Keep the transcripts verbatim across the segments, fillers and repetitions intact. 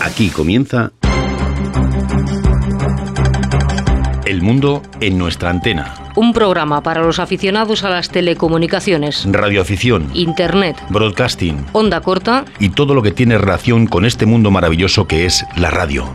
Aquí comienza El mundo en nuestra antena. Un programa para los aficionados a las telecomunicaciones, Radioafición, Internet, broadcasting, onda corta y todo lo que tiene relación con este mundo maravilloso que es la radio.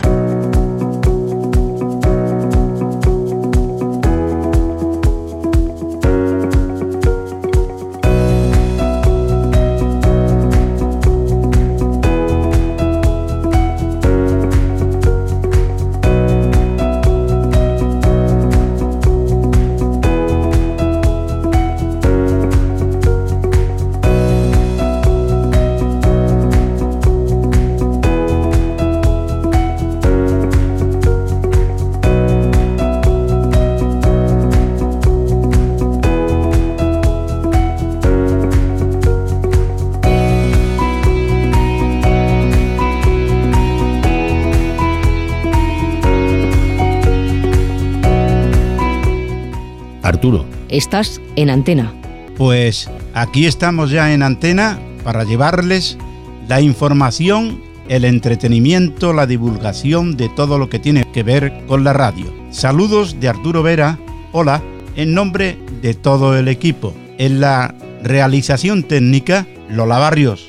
Arturo, estás en antena. Pues aquí estamos ya en antena para llevarles la información, el entretenimiento, la divulgación de todo lo que tiene que ver con la radio. Saludos de Arturo Vera, hola, en nombre de todo el equipo. En la realización técnica, Lola Barrios.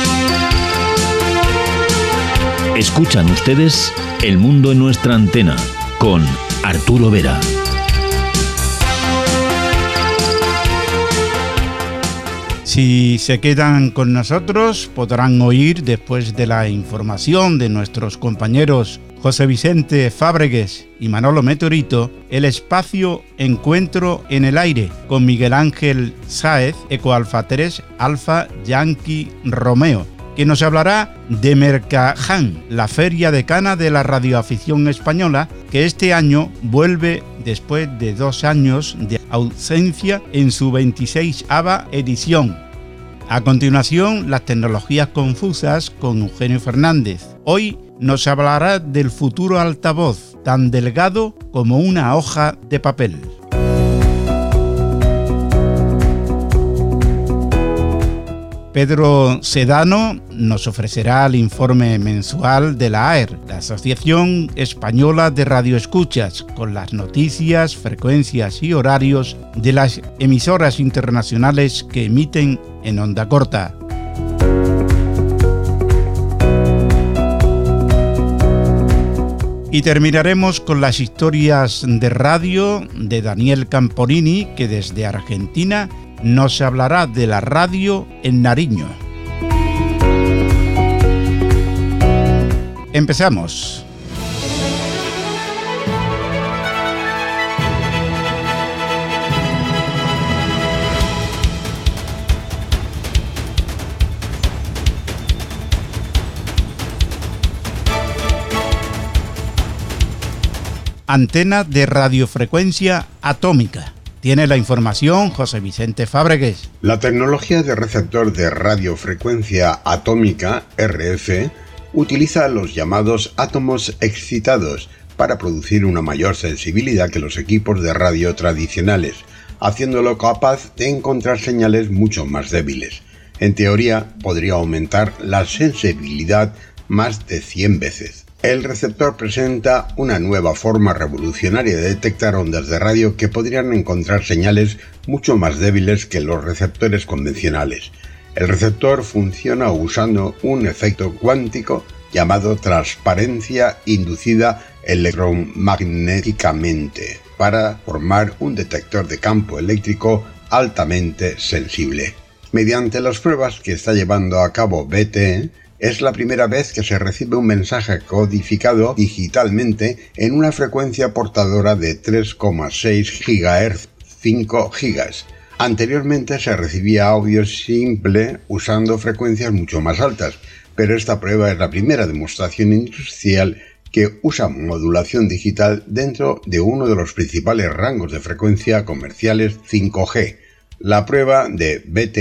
escuchan ustedes El mundo en nuestra antena con Arturo Vera. Si se quedan con nosotros, podrán oír, después de la información de nuestros compañeros José Vicente Fábregues y Manolo Meteorito, el espacio Encuentro en el Aire con Miguel Ángel Sáez, Eco Alfa tres, Alfa Yankee Romeo, que nos hablará de Mercaján, la feria decana de la radioafición española, que este año vuelve después de dos años de ausencia en su veintiseisava edición. A continuación, las tecnologías confusas con Eugenio Fernández. Hoy nos hablará del futuro altavoz, tan delgado como una hoja de papel. Pedro Sedano nos ofrecerá el informe mensual de la A E R, la Asociación Española de Radioescuchas, con las noticias, frecuencias y horarios de las emisoras internacionales que emiten en onda corta. Y terminaremos con las historias de radio de Daniel Camporini, que desde Argentina nos hablará de la radio en Nariño. Empezamos. Antena de radiofrecuencia atómica. Tiene la información José Vicente Fábregues. La tecnología de receptor de radiofrecuencia atómica, R F, utiliza los llamados átomos excitados para producir una mayor sensibilidad que los equipos de radio tradicionales, haciéndolo capaz de encontrar señales mucho más débiles. En teoría, podría aumentar la sensibilidad más de cien veces. El receptor presenta una nueva forma revolucionaria de detectar ondas de radio que podrían encontrar señales mucho más débiles que los receptores convencionales. El receptor funciona usando un efecto cuántico llamado transparencia inducida electromagnéticamente para formar un detector de campo eléctrico altamente sensible. Mediante las pruebas que está llevando a cabo B T E, es la primera vez que se recibe un mensaje codificado digitalmente en una frecuencia portadora de tres coma seis gigahercios, cinco gigas. Anteriormente se recibía audio simple usando frecuencias mucho más altas, pero esta prueba es la primera demostración industrial que usa modulación digital dentro de uno de los principales rangos de frecuencia comerciales cinco G. La prueba de B T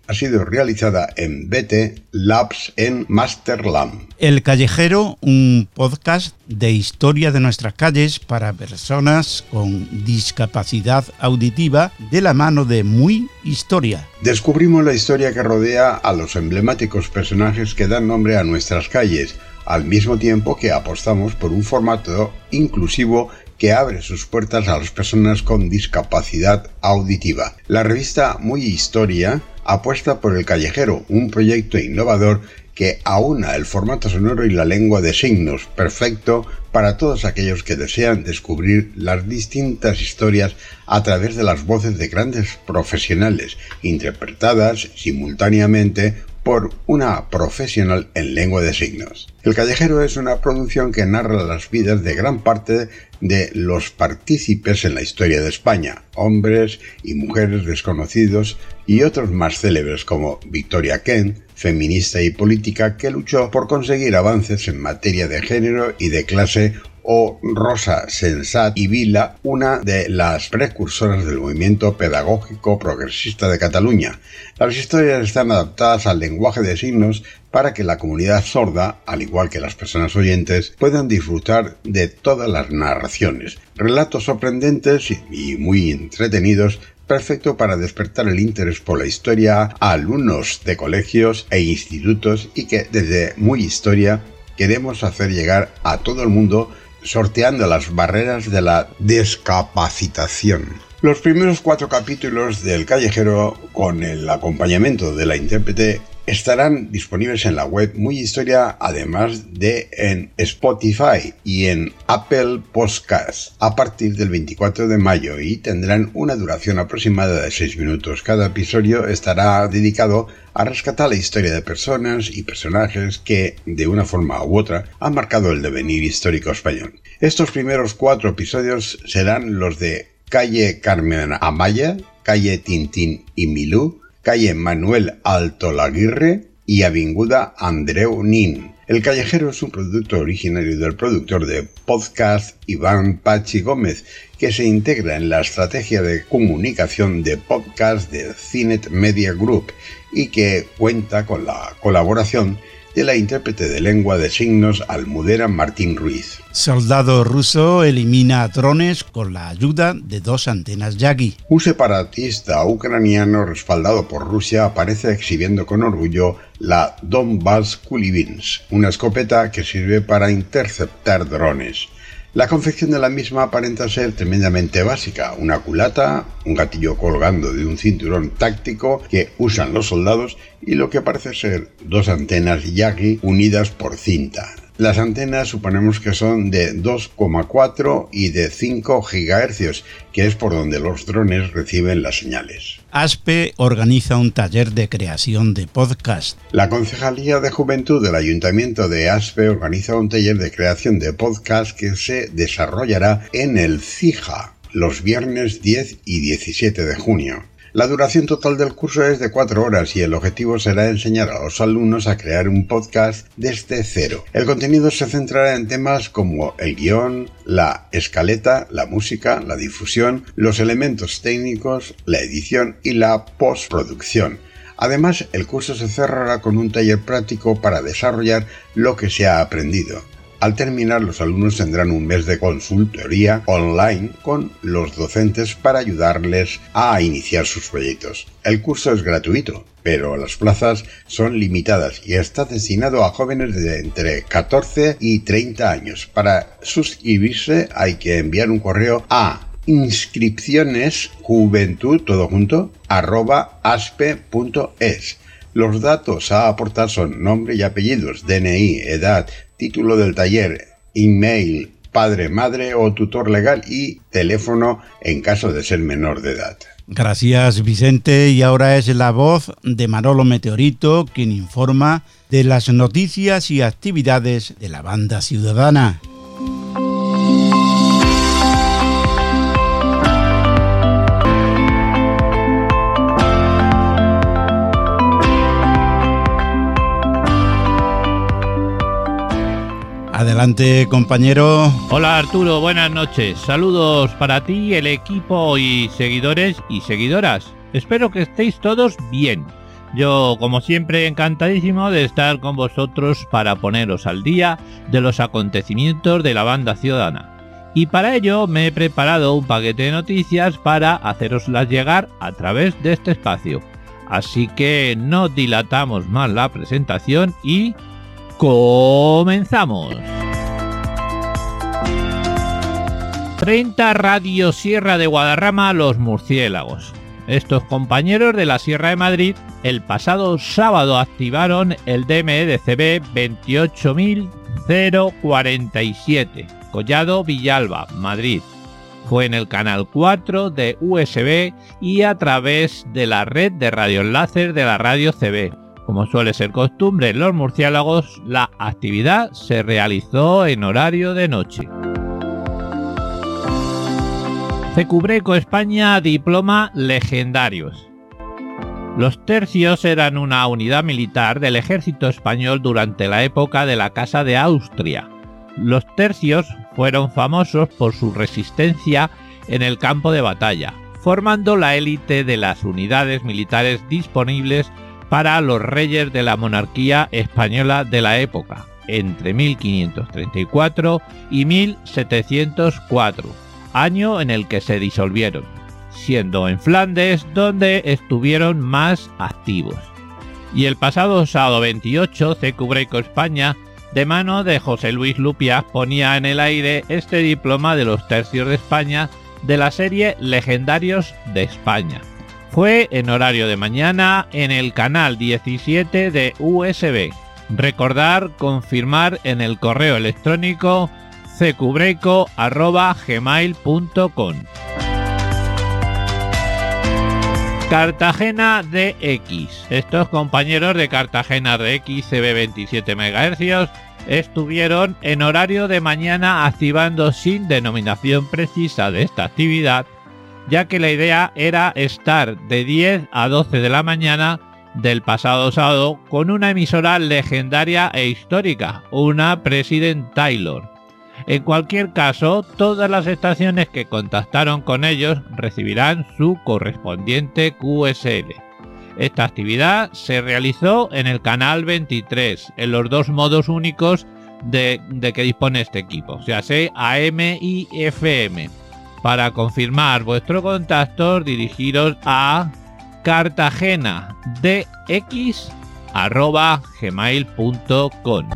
ha sido realizada en B T Labs en Masterland. El Callejero, un podcast de historia de nuestras calles para personas con discapacidad auditiva de la mano de Muy Historia. Descubrimos la historia que rodea a los emblemáticos personajes que dan nombre a nuestras calles, al mismo tiempo que apostamos por un formato inclusivo que abre sus puertas a las personas con discapacidad auditiva. La revista Muy Historia apuesta por El Callejero, un proyecto innovador que aúna el formato sonoro y la lengua de signos, perfecto para todos aquellos que desean descubrir las distintas historias a través de las voces de grandes profesionales, interpretadas simultáneamente por una profesional en lengua de signos. El Callejero es una producción que narra las vidas de gran parte de los partícipes en la historia de España, hombres y mujeres desconocidos y otros más célebres como Victoria Kent, feminista y política que luchó por conseguir avances en materia de género y de clase, o Rosa Sensat y Vila, una de las precursoras del movimiento pedagógico progresista de Cataluña. Las historias están adaptadas al lenguaje de signos para que la comunidad sorda, al igual que las personas oyentes, puedan disfrutar de todas las narraciones. Relatos sorprendentes y muy entretenidos, perfecto para despertar el interés por la historia a alumnos de colegios e institutos, y que desde Muy Historia queremos hacer llegar a todo el mundo, sorteando las barreras de la discapacitación. Los primeros cuatro capítulos del Callejero, con el acompañamiento de la intérprete, estarán disponibles en la web Muy Historia, además de en Spotify y en Apple Podcasts a partir del veinticuatro de mayo, y tendrán una duración aproximada de seis minutos. Cada episodio estará dedicado a rescatar la historia de personas y personajes que, de una forma u otra, han marcado el devenir histórico español. Estos primeros cuatro episodios serán los de Calle Carmen Amaya, Calle Tintín y Milú, Calle Manuel Altolaguirre y Avinguda Andreu Nin. El Callejero es un producto originario del productor de podcast Iván Pachi Gómez, que se integra en la estrategia de comunicación de podcast de Cinet Media Group y que cuenta con la colaboración de la intérprete de lengua de signos Almudena Martín Ruiz. Soldado ruso elimina drones con la ayuda de dos antenas Yagi. Un separatista ucraniano respaldado por Rusia aparece exhibiendo con orgullo la Donbass Kulibins, una escopeta que sirve para interceptar drones. La confección de la misma aparenta ser tremendamente básica: una culata, un gatillo colgando de un cinturón táctico que usan los soldados y lo que parece ser dos antenas Yagi unidas por cinta. Las antenas suponemos que son de dos coma cuatro y de cinco gigahercios, que es por donde los drones reciben las señales. ASPE organiza un taller de creación de podcast. La Concejalía de Juventud del Ayuntamiento de ASPE organiza un taller de creación de podcast que se desarrollará en el CIJA los viernes diez y diecisiete de junio. La duración total del curso es de cuatro horas y el objetivo será enseñar a los alumnos a crear un podcast desde cero. El contenido se centrará en temas como el guión, la escaleta, la música, la difusión, los elementos técnicos, la edición y la postproducción. Además, el curso se cerrará con un taller práctico para desarrollar lo que se ha aprendido. Al terminar, los alumnos tendrán un mes de consultoría online con los docentes para ayudarles a iniciar sus proyectos. El curso es gratuito, pero las plazas son limitadas y está destinado a jóvenes de entre catorce y treinta años. Para suscribirse hay que enviar un correo a inscripcionesjuventud, todo junto, arroba aspe punto es. Los datos a aportar son nombre y apellidos, D N I, edad, título del taller, email, padre, madre o tutor legal y teléfono en caso de ser menor de edad. Gracias, Vicente. Y ahora es la voz de Manolo Meteorito quien informa de las noticias y actividades de la banda ciudadana. Adelante, compañero. Hola, Arturo, buenas noches. Saludos para ti, el equipo y seguidores y seguidoras. Espero que estéis todos bien. Yo, como siempre, encantadísimo de estar con vosotros para poneros al día de los acontecimientos de la banda ciudadana. Y para ello me he preparado un paquete de noticias para haceroslas llegar a través de este espacio. Así que no dilatamos más la presentación y ¡comenzamos! treinta Radio Sierra de Guadarrama, los murciélagos. Estos compañeros de la Sierra de Madrid el pasado sábado activaron el D M E de C B veintiocho mil cuarenta y siete, Collado Villalba, Madrid. Fue en el canal cuatro de U S B y a través de la red de radioenlaces de la radio C B. Como suele ser costumbre en los murciélagos, la actividad se realizó en horario de noche. Cecubreco España diploma legendarios. Los tercios eran una unidad militar del ejército español durante la época de la Casa de Austria. Los tercios fueron famosos por su resistencia en el campo de batalla, formando la élite de las unidades militares disponibles para los reyes de la monarquía española de la época, entre mil quinientos treinta y cuatro y mil setecientos cuatro, año en el que se disolvieron, siendo en Flandes donde estuvieron más activos. Y el pasado sábado veintiocho, Cecubreco España, de mano de José Luis Lupiác, ponía en el aire este diploma de los tercios de España de la serie Legendarios de España. Fue en horario de mañana en el canal diecisiete de U S B. Recordar confirmar en el correo electrónico cecubreco arroba gmail punto com. Cartagena D X. Estos compañeros de Cartagena D X C B veintisiete megahercios estuvieron en horario de mañana activando sin denominación precisa de esta actividad, ya que la idea era estar de diez a doce de la mañana del pasado sábado con una emisora legendaria e histórica, una President Taylor. En cualquier caso, todas las estaciones que contactaron con ellos recibirán su correspondiente Q S L. Esta actividad se realizó en el canal veintitrés, en los dos modos únicos de, de que dispone este equipo, o sea, A M y F M. Para confirmar vuestro contacto, dirigiros a cartagenadx arroba gmail punto com.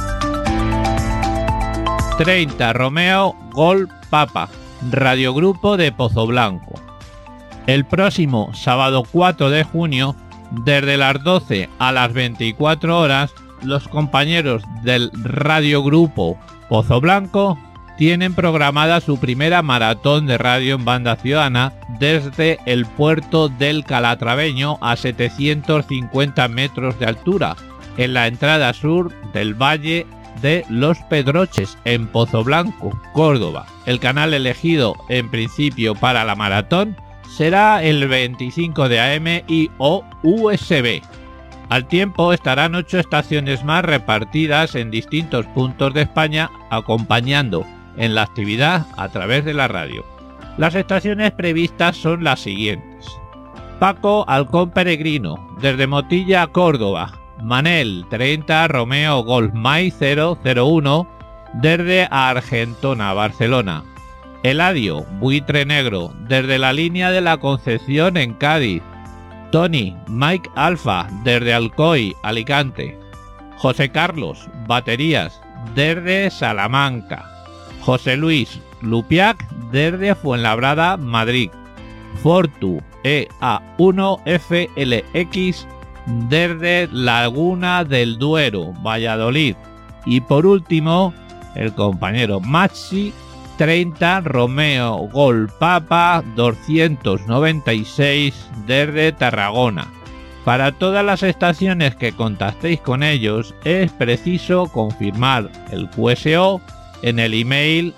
treinta Romeo Gol Papa, radiogrupo de Pozoblanco. El próximo sábado cuatro de junio, desde las doce a las veinticuatro horas, los compañeros del radiogrupo Pozoblanco tienen programada su primera maratón de radio en banda ciudadana desde el puerto del Calatraveño a setecientos cincuenta metros de altura, en la entrada sur del Valle de Los Pedroches, en Pozoblanco, Córdoba. El canal elegido en principio para la maratón será el veinticinco de A M y o U S B. Al tiempo estarán ocho estaciones más repartidas en distintos puntos de España acompañando en la actividad a través de la radio. Las estaciones previstas son las siguientes: Paco Halcón Peregrino, desde Motilla, Córdoba. Manel treinta Romeo Golf Mike cero cero uno, desde Argentona, Barcelona. Eladio Buitre Negro, desde la línea de la Concepción en Cádiz. Tony Mike Alfa, desde Alcoy, Alicante. José Carlos Baterías, desde Salamanca. José Luis Lupiác, desde Fuenlabrada, Madrid. Fortu E A uno F L X, desde Laguna del Duero, Valladolid. Y por último, el compañero Maxi treinta Romeo Gol Papa doscientos noventa y seis, desde Tarragona. Para todas las estaciones que contactéis con ellos es preciso confirmar el Q S O en el email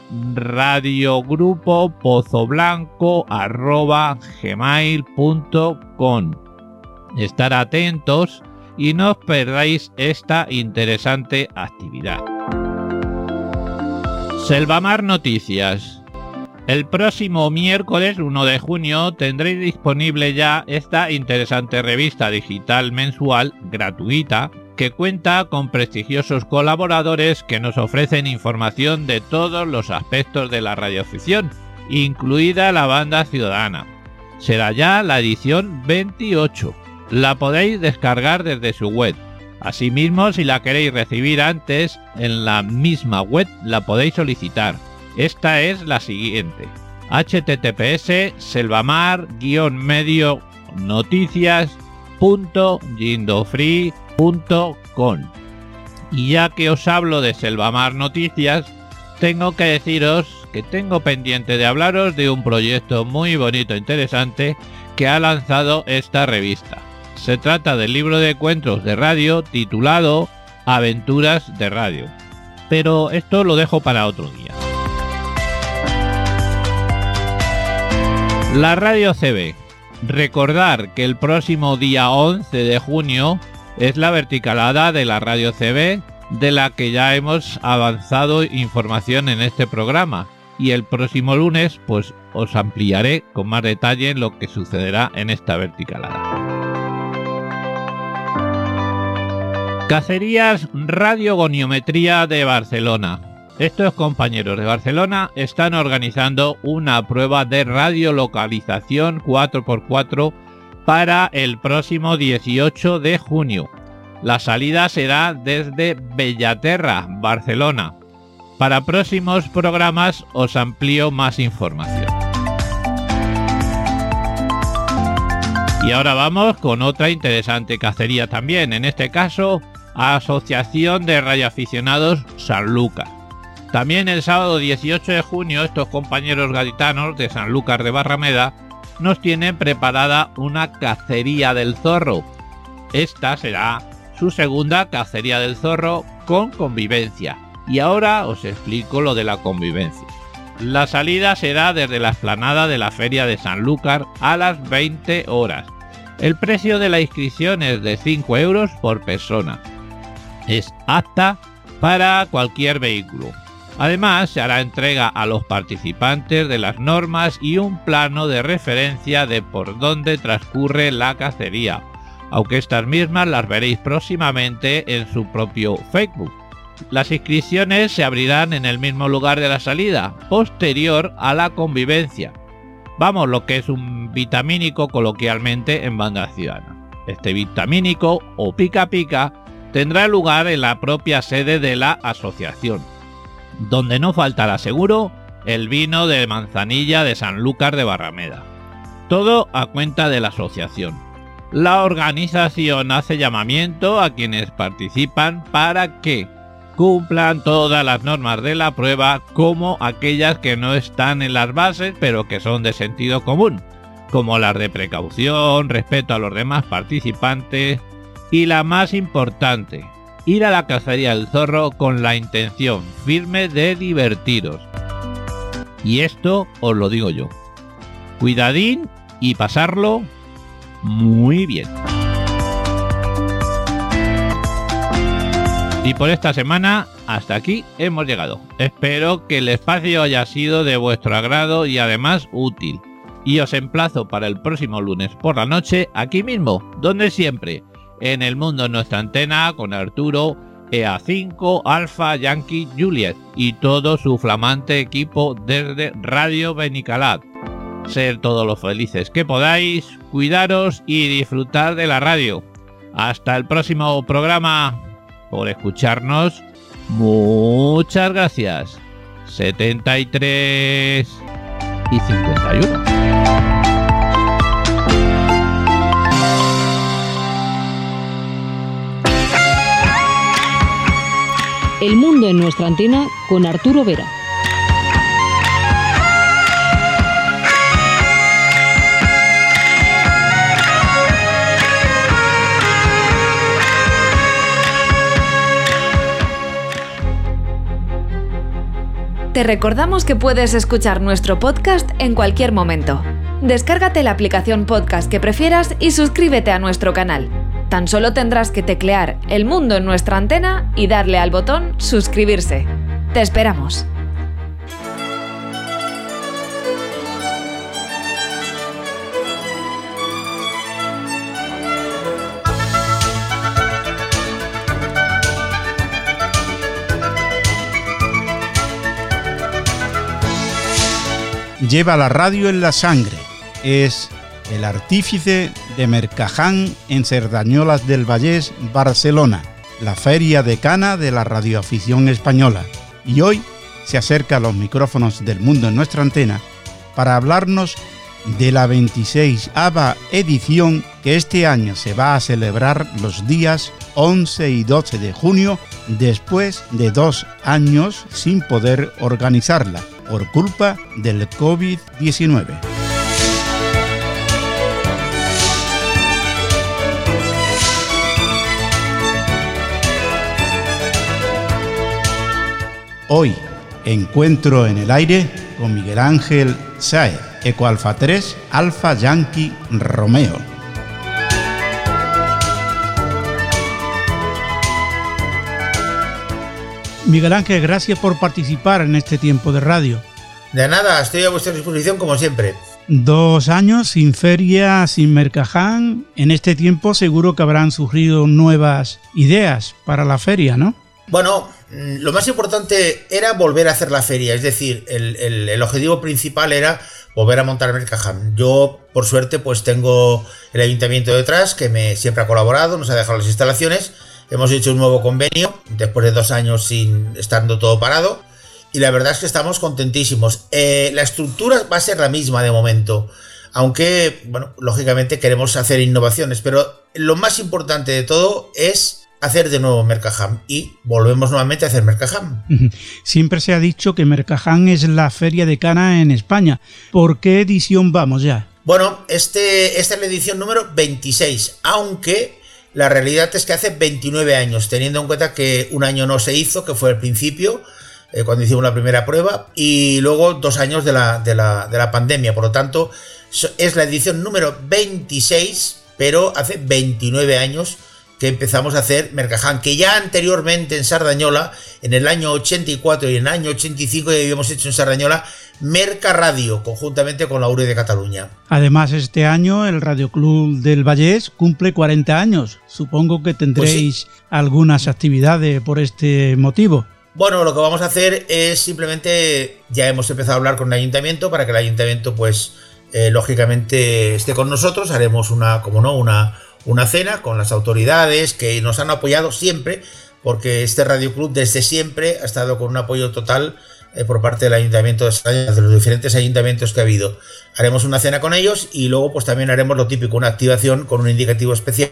radiogrupo arroba gmail punto com. Estar atentos y no os perdáis esta interesante actividad. Selvamar Noticias. El próximo miércoles uno de junio tendréis disponible ya esta interesante revista digital mensual gratuita que cuenta con prestigiosos colaboradores que nos ofrecen información de todos los aspectos de la radioafición, incluida la banda ciudadana. Será ya la edición veintiocho. La podéis descargar desde su web. Asimismo, si la queréis recibir antes, en la misma web la podéis solicitar. Esta es la siguiente: h t t p s selvamar guión medio noticias punto jindofree punto com. Y ya que os hablo de Selvamar Noticias, tengo que deciros que tengo pendiente de hablaros de un proyecto muy bonito e interesante que ha lanzado esta revista. Se trata del libro de cuentos de radio titulado Aventuras de Radio. Pero esto lo dejo para otro día. La Radio C B. Recordar que el próximo día once de junio es la verticalada de la Radio C B, de la que ya hemos avanzado información en este programa, y el próximo lunes pues os ampliaré con más detalle en lo que sucederá en esta verticalada. Cacerías Radiogoniometría de Barcelona. Estos compañeros de Barcelona están organizando una prueba de radiolocalización cuatro por cuatro para el próximo dieciocho de junio. La salida será desde Bellaterra, Barcelona. Para próximos programas os amplío más información. Y ahora vamos con otra interesante cacería también, en este caso Asociación de Radioaficionados Sanlúcar. También el sábado dieciocho de junio estos compañeros gaditanos de Sanlúcar de Barrameda nos tienen preparada una cacería del zorro. Esta será su segunda cacería del zorro con convivencia. Y ahora os explico lo de la convivencia. La salida será desde la explanada de la Feria de Sanlúcar a las veinte horas. El precio de la inscripción es de cinco euros por persona. Es apta para cualquier vehículo. Además, se hará entrega a los participantes de las normas y un plano de referencia de por dónde transcurre la cacería, aunque estas mismas las veréis próximamente en su propio Facebook. Las inscripciones se abrirán en el mismo lugar de la salida, posterior a la convivencia. Vamos, lo que es un vitamínico coloquialmente en banda ciudadana. Este vitamínico o pica pica tendrá lugar en la propia sede de la asociación, donde no faltará seguro el vino de manzanilla de Sanlúcar de Barrameda. Todo a cuenta de la asociación. La organización hace llamamiento a quienes participan para que cumplan todas las normas de la prueba, como aquellas que no están en las bases pero que son de sentido común, como las de precaución, respeto a los demás participantes y la más importante, ir a la cacería del zorro con la intención firme de divertiros. Y esto os lo digo yo. Cuidadín y pasarlo muy bien. Y por esta semana hasta aquí hemos llegado. Espero que el espacio haya sido de vuestro agrado y además útil. Y os emplazo para el próximo lunes por la noche aquí mismo, donde siempre, en El Mundo en Nuestra Antena, con Arturo, E A cinco, Alfa, Yankee, Juliet y todo su flamante equipo desde Radio Benicalad. Ser todos los felices que podáis, cuidaros y disfrutar de la radio. Hasta el próximo programa. Por escucharnos, muchas gracias. setenta y tres y cincuenta y uno. El Mundo en Nuestra Antena con Arturo Vera. Te recordamos que puedes escuchar nuestro podcast en cualquier momento. Descárgate la aplicación podcast que prefieras y suscríbete a nuestro canal. Tan solo tendrás que teclear El Mundo en Nuestra Antena y darle al botón suscribirse. Te esperamos. lleva la radio en la sangre. Es el artífice de Mercaján en Cerdañolas del Vallès, Barcelona, la feria decana de la radioafición española. Y hoy se acerca a los micrófonos del Mundo en Nuestra Antena para hablarnos de la veintiséisava edición que este año se va a celebrar los días once y doce de junio, después de dos años sin poder organizarla por culpa del COVID diecinueve. Hoy, encuentro en el aire con Miguel Ángel Sáez, Eco Alfa tres, Alfa Yankee Romeo. Miguel Ángel, gracias por participar en este tiempo de radio. De nada, estoy a vuestra disposición como siempre. Dos años sin feria, sin Mercaján. En este tiempo seguro que habrán surgido nuevas ideas para la feria, ¿no? Bueno, lo más importante era volver a hacer la feria, es decir, el, el, el objetivo principal era volver a montar Mercaján. Yo, por suerte, pues tengo el ayuntamiento detrás, que me siempre ha colaborado, nos ha dejado las instalaciones, hemos hecho un nuevo convenio, después de dos años sin estando todo parado, y la verdad es que estamos contentísimos. Eh, la estructura va a ser la misma de momento, aunque, bueno, lógicamente queremos hacer innovaciones, pero lo más importante de todo es hacer de nuevo Mercaján y volvemos nuevamente a hacer Mercaján. Siempre se ha dicho que Mercaján es la feria decana en España. ¿Por qué edición vamos ya? Bueno, este, esta es la edición número veintiséis, aunque la realidad es que hace veintinueve años, teniendo en cuenta que un año no se hizo, que fue el principio, eh, cuando hicimos la primera prueba, y luego dos años de la, de la, de la pandemia. Por lo tanto, es la edición número veintiséis, pero hace veintinueve años que empezamos a hacer Mercaján, que ya anteriormente en Sardañola, en el año ochenta y cuatro y en el año ochenta y cinco ya habíamos hecho en Sardañola Merca Radio, conjuntamente con la U R E de Cataluña. Además, este año el Radio Club del Vallès cumple cuarenta años. Supongo que tendréis pues sí. algunas actividades por este motivo. Bueno, lo que vamos a hacer es simplemente, ya hemos empezado a hablar con el ayuntamiento para que el ayuntamiento, pues, eh, lógicamente esté con nosotros. Haremos una, como no, una... una cena con las autoridades que nos han apoyado siempre, porque este Radio Club desde siempre ha estado con un apoyo total eh, por parte del Ayuntamiento de Sardañola, de los diferentes ayuntamientos que ha habido. Haremos una cena con ellos y luego pues también haremos lo típico, una activación con un indicativo especial,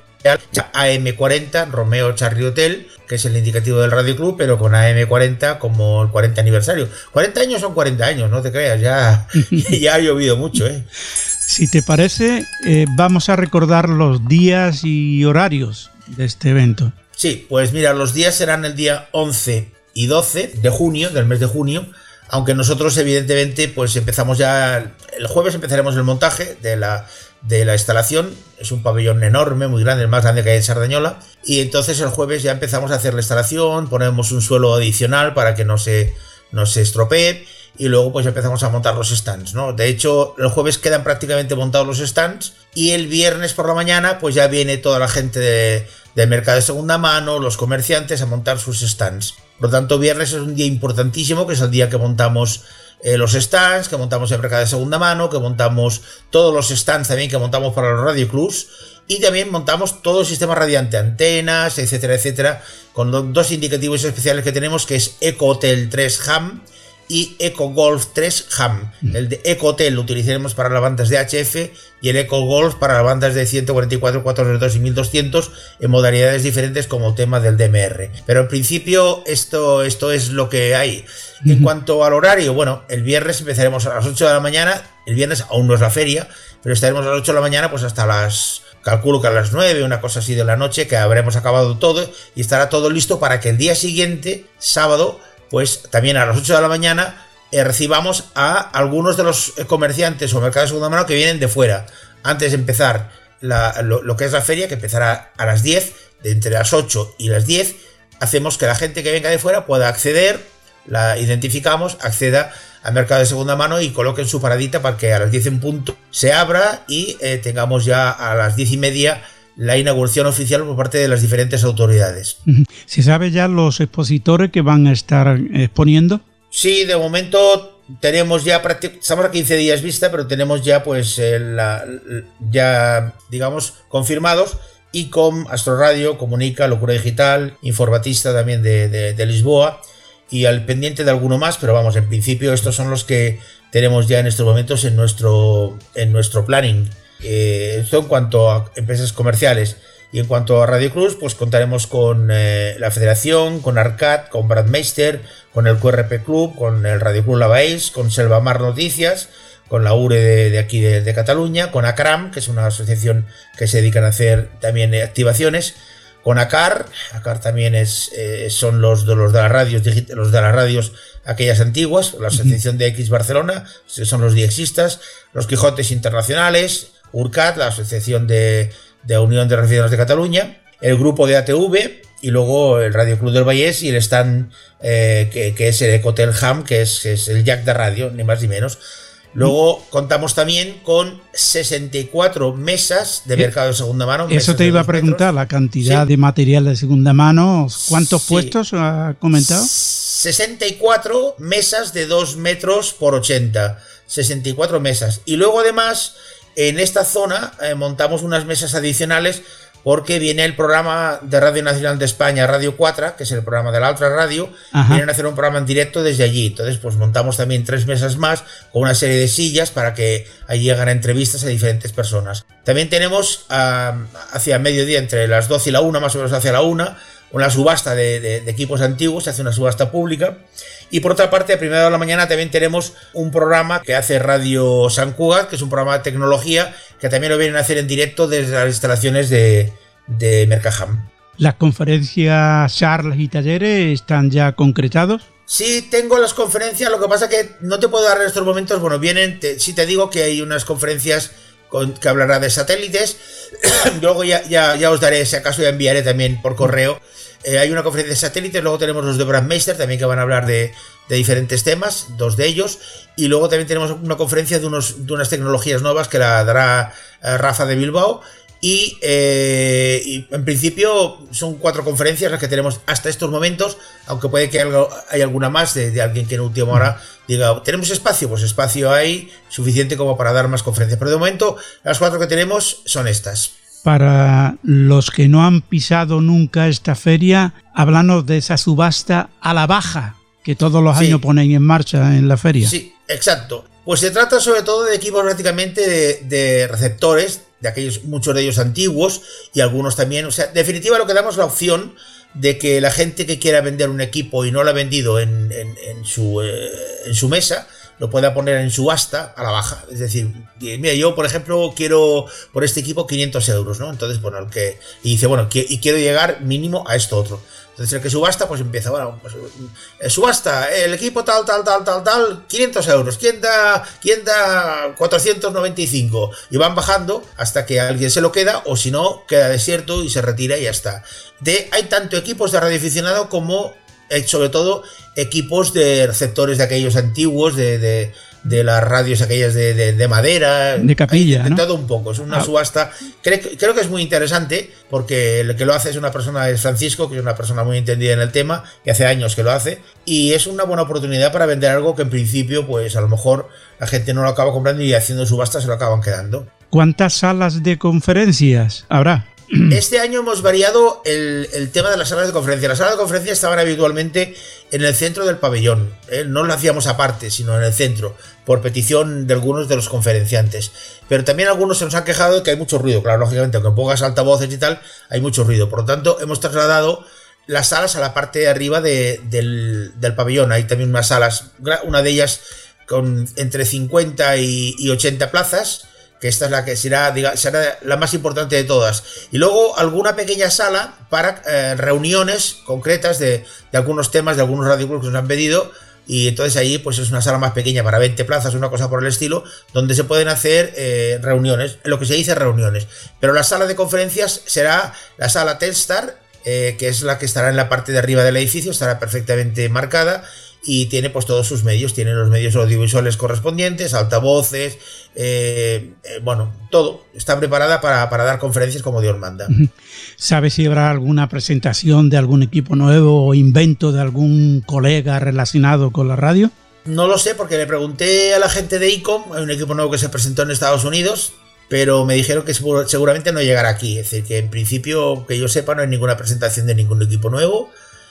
A M cuarenta, Romeo Charlie Hotel, que es el indicativo del Radio Club, pero con A M cuarenta como el cuarenta aniversario. cuarenta años son cuarenta años, no te creas, ya, ya ha llovido mucho, ¿eh? Si te parece, eh, vamos a recordar los días y horarios de este evento. Sí, pues mira, los días serán el día once y doce de junio, del mes de junio, aunque nosotros evidentemente pues empezamos ya, el jueves empezaremos el montaje de la, de la instalación, es un pabellón enorme, muy grande, el más grande que hay en Sardañola, y entonces el jueves ya empezamos a hacer la instalación, ponemos un suelo adicional para que no se, no se estropee, y luego pues empezamos a montar los stands, ¿no? De hecho, el jueves quedan prácticamente montados los stands y el viernes por la mañana pues ya viene toda la gente de, de mercado de segunda mano, los comerciantes a montar sus stands. Por lo tanto, viernes es un día importantísimo, que es el día que montamos eh, los stands, que montamos el mercado de segunda mano, que montamos todos los stands también que montamos para los Radio Clubs y también montamos todo el sistema radiante, antenas, etcétera, etcétera, con los dos indicativos especiales que tenemos, que es Eco Hotel tres Ham y Eco Golf tres Ham. El de Eco Hotel lo utilizaremos para las bandas de H F y el Eco Golf para las bandas de ciento cuarenta y cuatro, cuatrocientos dos y mil doscientos en modalidades diferentes como el tema del D M R. Pero en principio esto, esto es lo que hay. En cuanto al horario, bueno, el viernes empezaremos a las ocho de la mañana. El viernes aún no es la feria, pero estaremos a las ocho de la mañana pues hasta las... calculo que a las nueve, una cosa así de la noche, que habremos acabado todo y estará todo listo para que el día siguiente, sábado, pues también a las ocho de la mañana eh, recibamos a algunos de los comerciantes o mercados de segunda mano que vienen de fuera. Antes de empezar la, lo, lo que es la feria, que empezará a las diez, de entre las ocho y las diez, hacemos que la gente que venga de fuera pueda acceder, la identificamos, acceda al mercado de segunda mano y coloquen su paradita para que a las diez en punto se abra y eh, tengamos ya a las diez y media la inauguración oficial por parte de las diferentes autoridades. ¿Se sabe ya los expositores que van a estar exponiendo? Sí, de momento tenemos ya, estamos a quince días vista, pero tenemos ya, pues, la, ya, digamos, confirmados. I C O M, Astroradio, Comunica, Locura Digital, Informatista también de, de, de Lisboa, y al pendiente de alguno más, pero vamos, en principio estos son los que tenemos ya en estos momentos en nuestro, en nuestro planning. Eh, esto en cuanto a empresas comerciales. Y en cuanto a Radio Cruz, pues contaremos con eh, la Federación, con Arcat, con Bradmeister, con el Q R P Club, con el Radio Club Lavaís, con Selvamar Noticias, con la U R E de, de aquí de, de Cataluña, con ACRAM, que es una asociación que se dedican a hacer también activaciones, con ACAR, ACAR también es, eh, son los de los de las radios, los de las radios aquellas antiguas, la Asociación de X Barcelona, son los diexistas, los Quijotes Internacionales, URCAT, la Asociación de, de Unión de Radioaficionados de Cataluña, el grupo de A T V y luego el Radio Club del Vallès y el stand eh, que, que es el Ecotel Ham, que es, es el jack de radio, ni más ni menos. Luego contamos también con sesenta y cuatro mesas de mercado de segunda mano. Eso te iba a preguntar, metros. La cantidad sí. de material de segunda mano. ¿Cuántos sí. puestos ha comentado? sesenta y cuatro mesas de dos metros por ochenta. sesenta y cuatro mesas. Y luego además en esta zona eh, montamos unas mesas adicionales porque viene el programa de Radio Nacional de España, Radio cuatro, que es el programa de la otra radio. Ajá. Vienen a hacer un programa en directo desde allí. Entonces, pues montamos también tres mesas más con una serie de sillas para que allí hagan entrevistas a diferentes personas. También tenemos uh, hacia mediodía, entre las doce y la una, más o menos hacia la una, una subasta de, de, de equipos antiguos, se hace una subasta pública. Y por otra parte, a primera hora de la mañana también tenemos un programa que hace Radio Sant Cugat, que es un programa de tecnología, que también lo vienen a hacer en directo desde las instalaciones de, de Mercaham. ¿Las conferencias, charlas y talleres están ya concretados? Sí, tengo las conferencias, lo que pasa que no te puedo dar en estos momentos, bueno, vienen, te, sí te digo que hay unas conferencias con, que hablará de satélites, luego ya, ya, ya os daré, si acaso ya enviaré también por correo. Eh, hay una conferencia de satélites, luego tenemos los de Bradmeister también que van a hablar de, de diferentes temas, dos de ellos, y luego también tenemos una conferencia de, unos, de unas tecnologías nuevas que la dará eh, Rafa de Bilbao, y, eh, y en principio son cuatro conferencias las que tenemos hasta estos momentos, aunque puede que haya hay alguna más de, de alguien que en última hora diga, ¿tenemos espacio? Pues espacio hay suficiente como para dar más conferencias, pero de momento las cuatro que tenemos son estas. Para los que no han pisado nunca esta feria, háblanos de esa subasta a la baja que todos los sí. años ponen en marcha en la feria. Sí, exacto. Pues se trata sobre todo de equipos prácticamente de, de receptores, de aquellos, muchos de ellos antiguos y algunos también. O sea, en definitiva lo que damos es la opción de que la gente que quiera vender un equipo y no lo ha vendido en, en, en, su, eh, en su mesa, lo pueda poner en subasta a la baja. Es decir, mira, yo por ejemplo quiero por este equipo quinientos euros, ¿no? Entonces, bueno, el que y dice, bueno, y quiero llegar mínimo a esto otro. Entonces el que subasta, pues empieza, bueno, pues eh, subasta, el equipo tal, tal, tal, tal, tal, quinientos euros, ¿quién da, quién da cuatrocientos noventa y cinco? Y van bajando hasta que alguien se lo queda, o si no, queda desierto y se retira y ya está. De, hay tanto equipos de radioaficionado como, eh, sobre todo, equipos de receptores de aquellos antiguos, de, de, de las radios aquellas de, de, de madera, de capilla, de, ¿no? De todo un poco, es una ah. subasta. Creo, creo que es muy interesante porque el que lo hace es una persona, es Francisco, que es una persona muy entendida en el tema, que hace años que lo hace, y es una buena oportunidad para vender algo que en principio, pues a lo mejor la gente no lo acaba comprando y haciendo subasta se lo acaban quedando. ¿Cuántas salas de conferencias habrá? Este año hemos variado el, el tema de las salas de conferencia. Las salas de conferencia estaban habitualmente en el centro del pabellón, ¿eh? No lo hacíamos aparte, sino en el centro, por petición de algunos de los conferenciantes. Pero también algunos se nos han quejado de que hay mucho ruido. Claro, lógicamente, aunque pongas altavoces y tal, hay mucho ruido. Por lo tanto, hemos trasladado las salas a la parte de arriba de, del, del pabellón. Hay también unas salas, una de ellas con entre cincuenta y, y ochenta plazas, que esta es la que será, diga, será la más importante de todas. Y luego alguna pequeña sala para eh, reuniones concretas de, de algunos temas, de algunos radioclubs que nos han pedido, y entonces ahí pues es una sala más pequeña para veinte plazas, una cosa por el estilo, donde se pueden hacer eh, reuniones, lo que se dice reuniones. Pero la sala de conferencias será la sala Telstar, eh, que es la que estará en la parte de arriba del edificio, estará perfectamente marcada, y tiene pues todos sus medios, tiene los medios audiovisuales correspondientes, altavoces, eh, eh, bueno, todo. Está preparada para, para dar conferencias como Dios manda. ¿Sabes si habrá alguna presentación de algún equipo nuevo o invento de algún colega relacionado con la radio? No lo sé, porque le pregunté a la gente de ICOM, hay un equipo nuevo que se presentó en Estados Unidos, pero me dijeron que seguramente no llegará aquí. Es decir, que en principio, que yo sepa, no hay ninguna presentación de ningún equipo nuevo.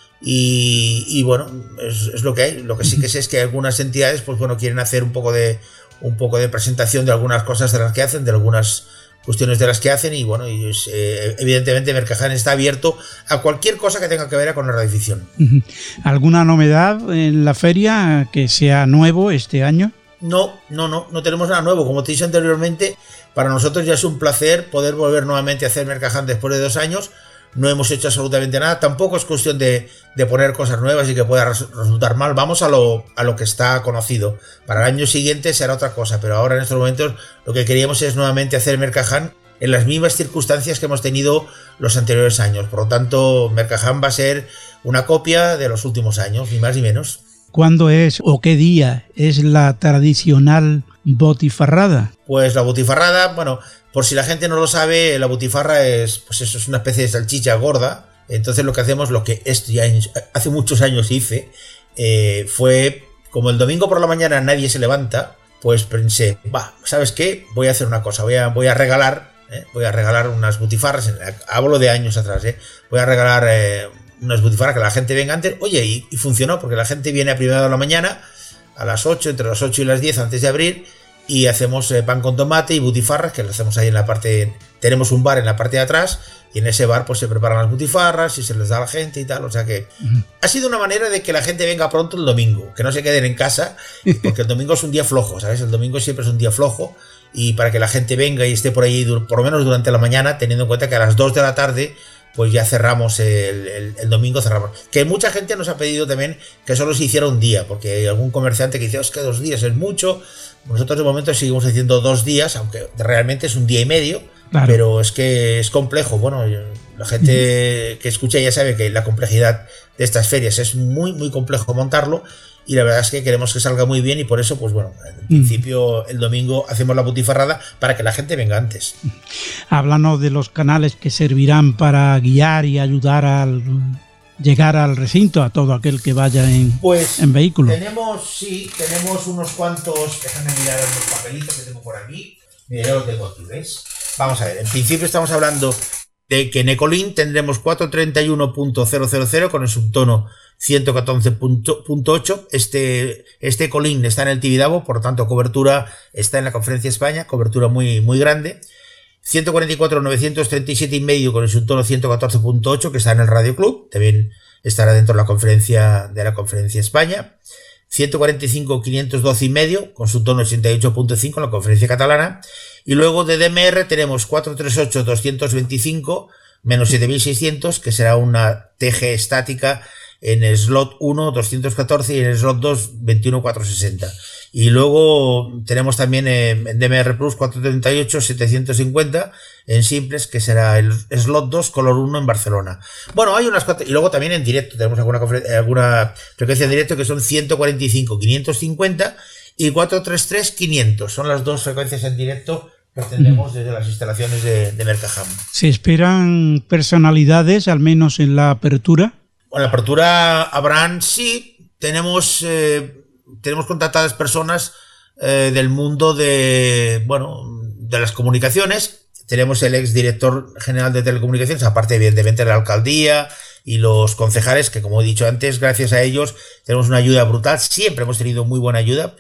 Y, y bueno, es, es lo que hay. Lo que sí que sé es que algunas entidades, pues bueno, quieren hacer un poco de un poco de presentación de algunas cosas de las que hacen, de algunas cuestiones de las que hacen, y bueno, y es, eh, evidentemente Mercajan está abierto a cualquier cosa que tenga que ver con la radioficción. ¿Alguna novedad en la feria que sea nuevo este año? No, no, no, no tenemos nada nuevo. Como te he dicho anteriormente, para nosotros ya es un placer poder volver nuevamente a hacer Mercajan después de dos años. No hemos hecho absolutamente nada. Tampoco es cuestión de, de poner cosas nuevas y que pueda res, resultar mal. Vamos a lo, a lo que está conocido. Para el año siguiente será otra cosa, pero ahora en estos momentos lo que queríamos es nuevamente hacer Mercajan en las mismas circunstancias que hemos tenido los anteriores años. Por lo tanto, Mercajan va a ser una copia de los últimos años, ni más ni menos. ¿Cuándo es o qué día es la tradicional botifarrada? Pues la botifarrada, bueno, por si la gente no lo sabe, la botifarra es, pues eso, es una especie de salchicha gorda. Entonces lo que hacemos, lo que esto ya hace muchos años hice, eh, fue, como el domingo por la mañana nadie se levanta, pues pensé, va, ¿sabes qué? Voy a hacer una cosa, voy a, voy a regalar, eh, voy a regalar unas botifarras, hablo de años atrás, eh, voy a regalar eh, unas botifarras que la gente venga antes. Oye, y, y funcionó, porque la gente viene a primera de la mañana, a las ocho, entre las ocho y las diez antes de abrir, y hacemos eh, pan con tomate y butifarras, que lo hacemos ahí en la parte, tenemos un bar en la parte de atrás, y en ese bar pues se preparan las butifarras y se les da a la gente y tal. O sea que uh-huh. ha sido una manera de que la gente venga pronto el domingo, que no se queden en casa, porque el domingo es un día flojo, ¿sabes? El domingo siempre es un día flojo, y para que la gente venga y esté por ahí por lo menos durante la mañana, teniendo en cuenta que a las dos de la tarde pues ya cerramos el, el, el domingo, cerramos. Que mucha gente nos ha pedido también que solo se hiciera un día, porque hay algún comerciante que dice, oh, es que dos días es mucho. Nosotros de momento seguimos haciendo dos días, aunque realmente es un día y medio, claro. Pero es que es complejo. Bueno, la gente que escucha ya sabe que la complejidad de estas ferias es muy, muy complejo montarlo, y la verdad es que queremos que salga muy bien, y por eso, pues bueno, en principio el domingo hacemos la butifarrada para que la gente venga antes. Háblanos de los canales que servirán para guiar y ayudar al llegar al recinto a todo aquel que vaya en, pues, en vehículo. Tenemos, sí, tenemos unos cuantos, déjame mirar los papelitos que tengo por aquí. Mira, ya los tengo aquí, ¿ves? Vamos a ver, en principio estamos hablando de que en Ecolink tendremos cuatrocientos treinta y uno punto cero cero cero con el subtono ciento catorce punto ocho. Este, este Ecolink está en el Tibidabo, por lo tanto cobertura está en la Conferencia España, cobertura muy, muy grande. ciento cuarenta y cuatro novecientos treinta y siete y medio con el subtono ciento catorce punto ocho, que está en el Radio Club, también estará dentro de la conferencia de la Conferencia España. ciento cuarenta y cinco quinientos doce y medio con subtono ochenta y ocho punto cinco en la Conferencia Catalana. Y luego de D M R tenemos cuatrocientos treinta y ocho doscientos veinticinco menos siete mil seiscientos, que será una T G estática en el slot uno doscientos catorce y en el slot dos veintiuno cuatrocientos sesenta. Y luego tenemos también en D M R Plus cuatrocientos treinta y ocho setecientos cincuenta en simples, que será el slot dos color uno en Barcelona. Bueno, hay unas cuatro, y luego también en directo tenemos alguna, alguna frecuencia en directo que son ciento cuarenta y cinco quinientos cincuenta y cuatrocientos treinta y tres quinientos. Son las dos frecuencias en directo que tendremos desde las instalaciones de, de Mercajan. ¿Se esperan personalidades, al menos en la apertura? Bueno, en la apertura habrán, sí, tenemos... Eh, Tenemos contactadas personas eh, del mundo de, bueno, de las comunicaciones. Tenemos el ex director general de telecomunicaciones, aparte evidentemente de la alcaldía y los concejales, que como he dicho antes, gracias a ellos tenemos una ayuda brutal. Siempre hemos tenido muy buena ayuda.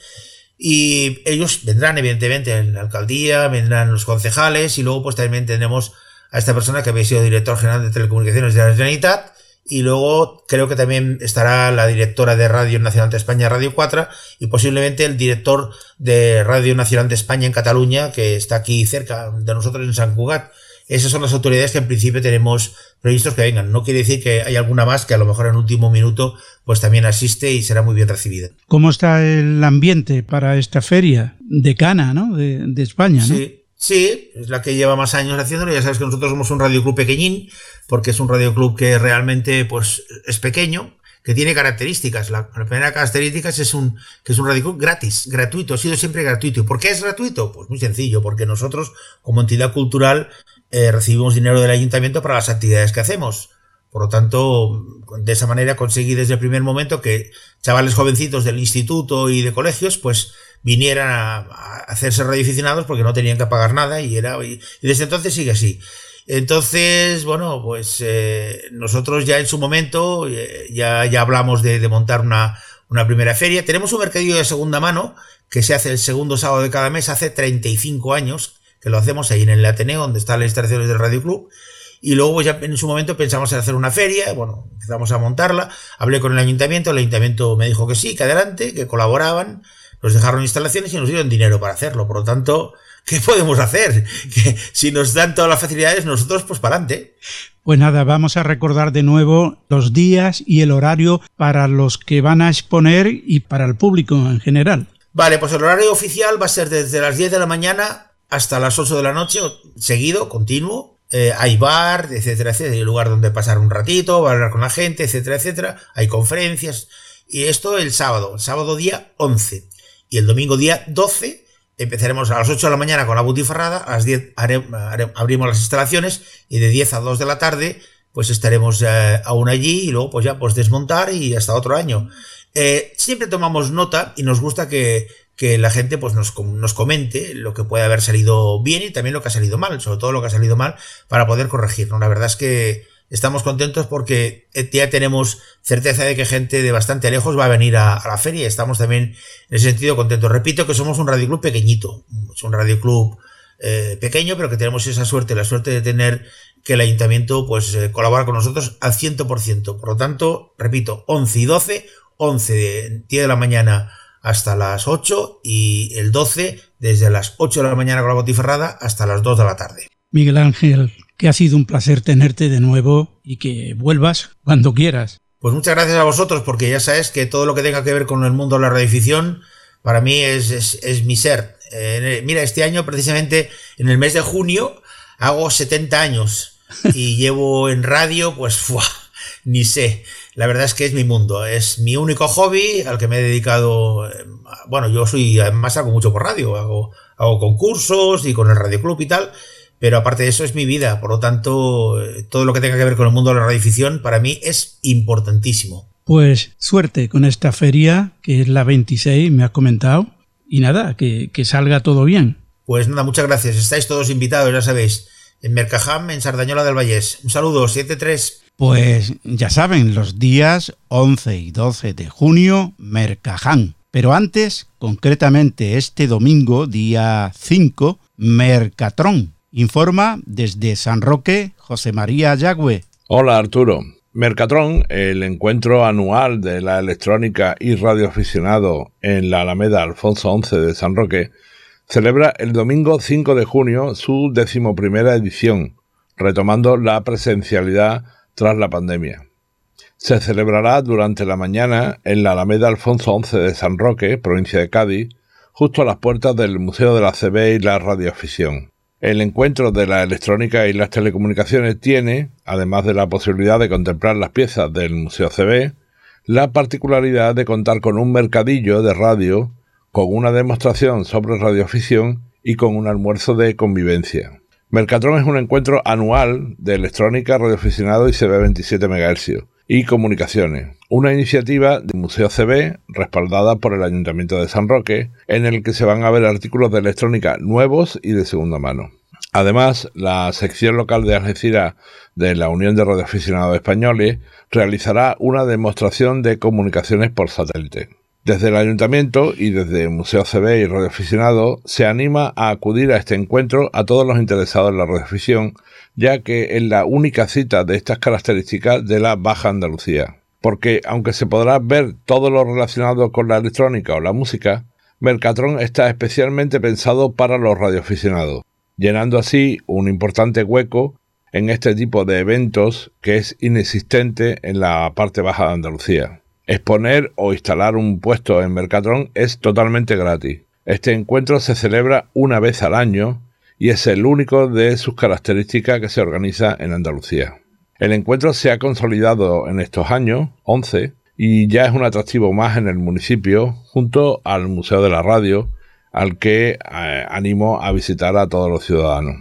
Y ellos vendrán evidentemente en la alcaldía, vendrán los concejales, y luego pues también tenemos a esta persona que había sido director general de telecomunicaciones de la Generalitat. Y luego creo que también estará la directora de Radio Nacional de España, Radio cuatro, y posiblemente el director de Radio Nacional de España en Cataluña, que está aquí cerca de nosotros en Sant Cugat. Esas son las autoridades que en principio tenemos previstos que vengan. No quiere decir que hay alguna más que a lo mejor en último minuto pues también asiste y será muy bien recibida. ¿Cómo está el ambiente para esta feria decana, ¿no? de, de España, ¿no? Sí. Sí, es la que lleva más años haciéndolo. Ya sabes que nosotros somos un radioclub pequeñín, porque es un radioclub que realmente pues es pequeño, que tiene características. La, la primera característica es un, que es un radioclub gratis, gratuito, ha sido siempre gratuito. ¿Y por qué es gratuito? Pues muy sencillo, porque nosotros como entidad cultural eh, recibimos dinero del ayuntamiento para las actividades que hacemos. Por lo tanto, de esa manera conseguí desde el primer momento que chavales jovencitos del instituto y de colegios pues vinieran a, a hacerse radioaficionados porque no tenían que pagar nada y era y, y desde entonces sigue así. Entonces, bueno, pues eh, nosotros ya en su momento eh, ya, ya hablamos de, de montar una, una primera feria. Tenemos un mercadillo de segunda mano que se hace el segundo sábado de cada mes, hace treinta y cinco años que lo hacemos ahí en el Ateneo, donde están las instalaciones del Radio Club. Y luego pues ya en su momento pensamos en hacer una feria, bueno, empezamos a montarla, hablé con el ayuntamiento, el ayuntamiento me dijo que sí, que adelante, que colaboraban, nos dejaron instalaciones y nos dieron dinero para hacerlo. Por lo tanto, ¿qué podemos hacer? Que si nos dan todas las facilidades, nosotros pues para adelante. Pues nada, vamos a recordar de nuevo los días y el horario para los que van a exponer y para el público en general. Vale, pues el horario oficial va a ser desde las diez de la mañana hasta las ocho de la noche, seguido, continuo. Eh, hay bar, etcétera, etcétera, hay un lugar donde pasar un ratito, va a hablar con la gente, etcétera, etcétera. Hay conferencias. Y esto el sábado, el sábado día once. Y el domingo día doce empezaremos a las ocho de la mañana con la butifarrada, a las diez haré, haré, abrimos las instalaciones y de diez a dos de la tarde pues estaremos eh, aún allí y luego pues ya pues desmontar y hasta otro año. Eh, siempre tomamos nota y nos gusta que, que la gente pues nos, nos comente lo que puede haber salido bien y también lo que ha salido mal, sobre todo lo que ha salido mal para poder corregirlo. La verdad es que estamos contentos porque ya tenemos certeza de que gente de bastante lejos va a venir a, a la feria y estamos también en ese sentido contentos. Repito que somos un radioclub pequeñito, es un radioclub eh, pequeño, pero que tenemos esa suerte, la suerte de tener que el ayuntamiento pues eh, colabora con nosotros al cien por ciento. Por lo tanto, repito, once y doce, once de diez de la mañana hasta las ocho y el doce desde las ocho de la mañana con la botifarrada hasta las dos de la tarde. Miguel Ángel, que ha sido un placer tenerte de nuevo y que vuelvas cuando quieras. Pues muchas gracias a vosotros porque ya sabes que todo lo que tenga que ver con el mundo de la radioficción para mí es, es, es mi ser. Eh, mira, este año precisamente en el mes de junio hago setenta años y llevo en radio pues ¡fua! Ni sé. La verdad es que es mi mundo, es mi único hobby al que me he dedicado. Bueno, yo soy, además hago mucho por radio, hago, hago concursos y con el Radio Club y tal, pero aparte de eso es mi vida, por lo tanto, todo lo que tenga que ver con el mundo de la radioficción para mí es importantísimo. Pues suerte con esta feria, que es la veintiséis, me has comentado, y nada, que, que salga todo bien. Pues nada, muchas gracias, estáis todos invitados, ya sabéis, en Mercajam, en Sardañola del Vallés. Un saludo, siete tres. Pues ya saben, los días once y doce de junio, Mercajam. Pero antes, concretamente este domingo, día cinco, Mercatrón. Informa desde San Roque, José María Yagüe. Hola Arturo. Mercatrón, el encuentro anual de la electrónica y radioaficionado en la Alameda Alfonso once de San Roque, celebra el domingo cinco de junio su decimoprimera edición, retomando la presencialidad tras la pandemia. Se celebrará durante la mañana en la Alameda Alfonso once de San Roque, provincia de Cádiz, justo a las puertas del Museo de la C B y la Radioafición. El encuentro de la electrónica y las telecomunicaciones tiene, además de la posibilidad de contemplar las piezas del Museo C B, la particularidad de contar con un mercadillo de radio, con una demostración sobre radioafición y con un almuerzo de convivencia. Mercatrón es un encuentro anual de electrónica, radioaficionado y C B veintisiete megahercios y comunicaciones, una iniciativa del Museo C B respaldada por el Ayuntamiento de San Roque, en el que se van a ver artículos de electrónica nuevos y de segunda mano. Además, la sección local de Algeciras de la Unión de Radioaficionados Españoles realizará una demostración de comunicaciones por satélite. Desde el Ayuntamiento y desde el Museo C B y Radioaficionado se anima a acudir a este encuentro a todos los interesados en la radioafición, ya que es la única cita de estas características de la Baja Andalucía. Porque, aunque se podrá ver todo lo relacionado con la electrónica o la música, Mercatrón está especialmente pensado para los radioaficionados, llenando así un importante hueco en este tipo de eventos que es inexistente en la parte baja de Andalucía. Exponer o instalar un puesto en Mercatrón es totalmente gratis. Este encuentro se celebra una vez al año y es el único de sus características que se organiza en Andalucía. El encuentro se ha consolidado en estos años, once, y ya es un atractivo más en el municipio, junto al Museo de la Radio, al que eh, animo a visitar a todos los ciudadanos.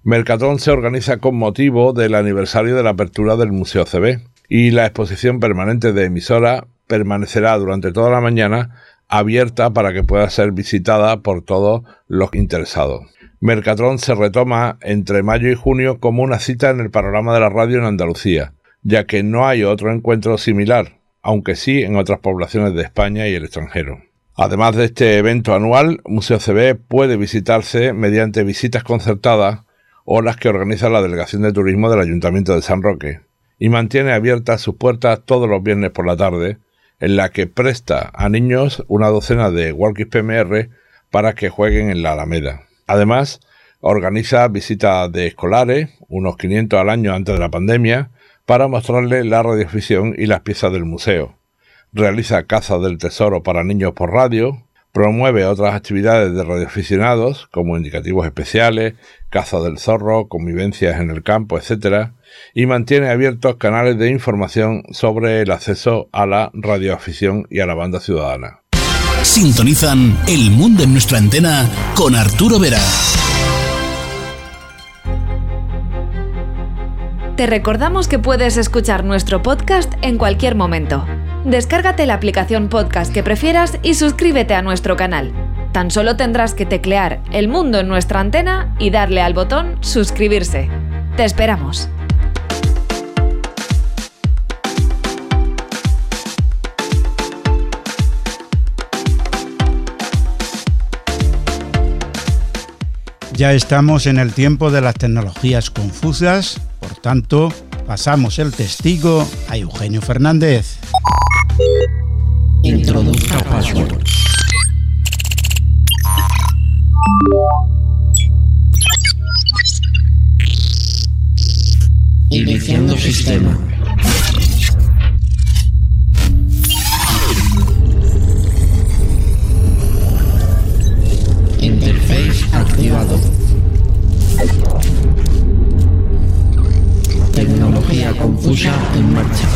Mercatron se organiza con motivo del aniversario de la apertura del Museo C B y la exposición permanente de emisora permanecerá durante toda la mañana abierta para que pueda ser visitada por todos los interesados. Mercatron se retoma entre mayo y junio como una cita en el panorama de la radio en Andalucía, ya que no hay otro encuentro similar, aunque sí en otras poblaciones de España y el extranjero. Además de este evento anual, Museo C B puede visitarse mediante visitas concertadas o las que organiza la Delegación de Turismo del Ayuntamiento de San Roque, y mantiene abiertas sus puertas todos los viernes por la tarde, en la que presta a niños una docena de walkies P M R para que jueguen en la Alameda. Además, organiza visitas de escolares, unos quinientos al año antes de la pandemia, para mostrarles la radioficción y las piezas del museo. Realiza cazas del tesoro para niños por radio, promueve otras actividades de radioaficionados, como indicativos especiales, caza del zorro, convivencias en el campo, etcétera, y mantiene abiertos canales de información sobre el acceso a la radioafición y a la banda ciudadana. Sintonizan El Mundo en nuestra antena con Arturo Vera. Te recordamos que puedes escuchar nuestro podcast en cualquier momento. Descárgate la aplicación podcast que prefieras y suscríbete a nuestro canal. Tan solo tendrás que teclear El Mundo en nuestra antena y darle al botón suscribirse. Te esperamos. Ya estamos en el tiempo de las tecnologías confusas, por tanto, pasamos el testigo a Eugenio Fernández. Introduzca password. Iniciando sistema. Interface activado. Tecnología confusa en marcha.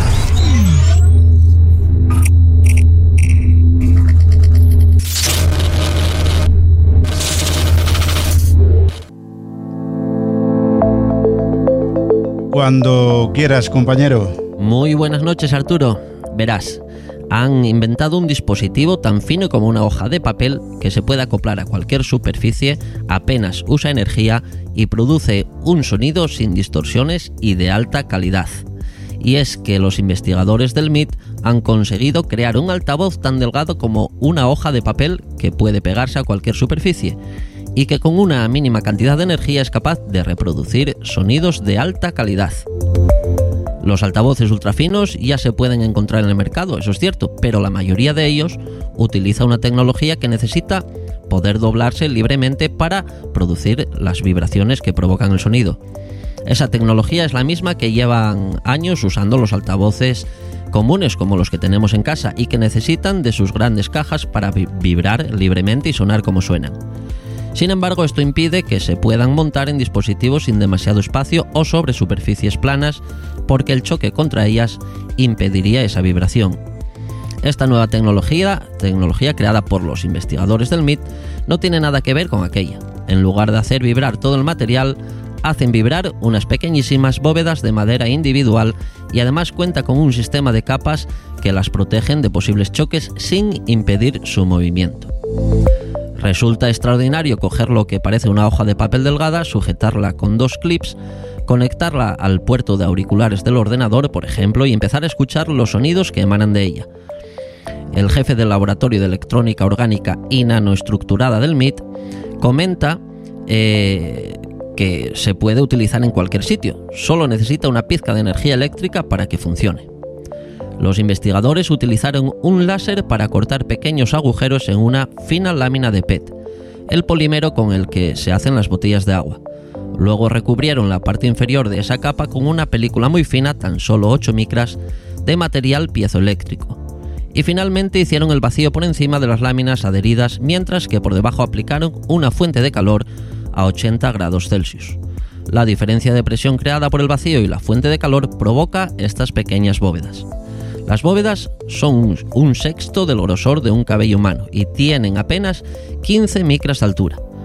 Cuando quieras, compañero. Muy buenas noches, Arturo. Verás, han inventado un dispositivo tan fino como una hoja de papel que se puede acoplar a cualquier superficie, apenas usa energía y produce un sonido sin distorsiones y de alta calidad. Y es que los investigadores del M I T han conseguido crear un altavoz tan delgado como una hoja de papel que puede pegarse a cualquier superficie y que con una mínima cantidad de energía es capaz de reproducir sonidos de alta calidad. Los altavoces ultrafinos ya se pueden encontrar en el mercado, eso es cierto, pero la mayoría de ellos utiliza una tecnología que necesita poder doblarse libremente para producir las vibraciones que provocan el sonido. Esa tecnología es la misma que llevan años usando los altavoces comunes como los que tenemos en casa y que necesitan de sus grandes cajas para vibrar libremente y sonar como suenan. Sin embargo, esto impide que se puedan montar en dispositivos sin demasiado espacio o sobre superficies planas, porque el choque contra ellas impediría esa vibración. Esta nueva tecnología, tecnología creada por los investigadores del M I T, no tiene nada que ver con aquella. En lugar de hacer vibrar todo el material, hacen vibrar unas pequeñísimas bóvedas de madera individual y además cuenta con un sistema de capas que las protegen de posibles choques sin impedir su movimiento. Resulta extraordinario coger lo que parece una hoja de papel delgada, sujetarla con dos clips, conectarla al puerto de auriculares del ordenador, por ejemplo, y empezar a escuchar los sonidos que emanan de ella. El jefe del Laboratorio de Electrónica Orgánica y Nanoestructurada del M I T comenta eh, que se puede utilizar en cualquier sitio, solo necesita una pizca de energía eléctrica para que funcione. Los investigadores utilizaron un láser para cortar pequeños agujeros en una fina lámina de P E T, el polímero con el que se hacen las botellas de agua. Luego recubrieron la parte inferior de esa capa con una película muy fina, tan solo ocho micras, de material piezoeléctrico. Y finalmente hicieron el vacío por encima de las láminas adheridas, mientras que por debajo aplicaron una fuente de calor a ochenta grados Celsius. La diferencia de presión creada por el vacío y la fuente de calor provoca estas pequeñas bóvedas. Las bóvedas son un sexto del grosor de un cabello humano y tienen apenas quince micras de altura.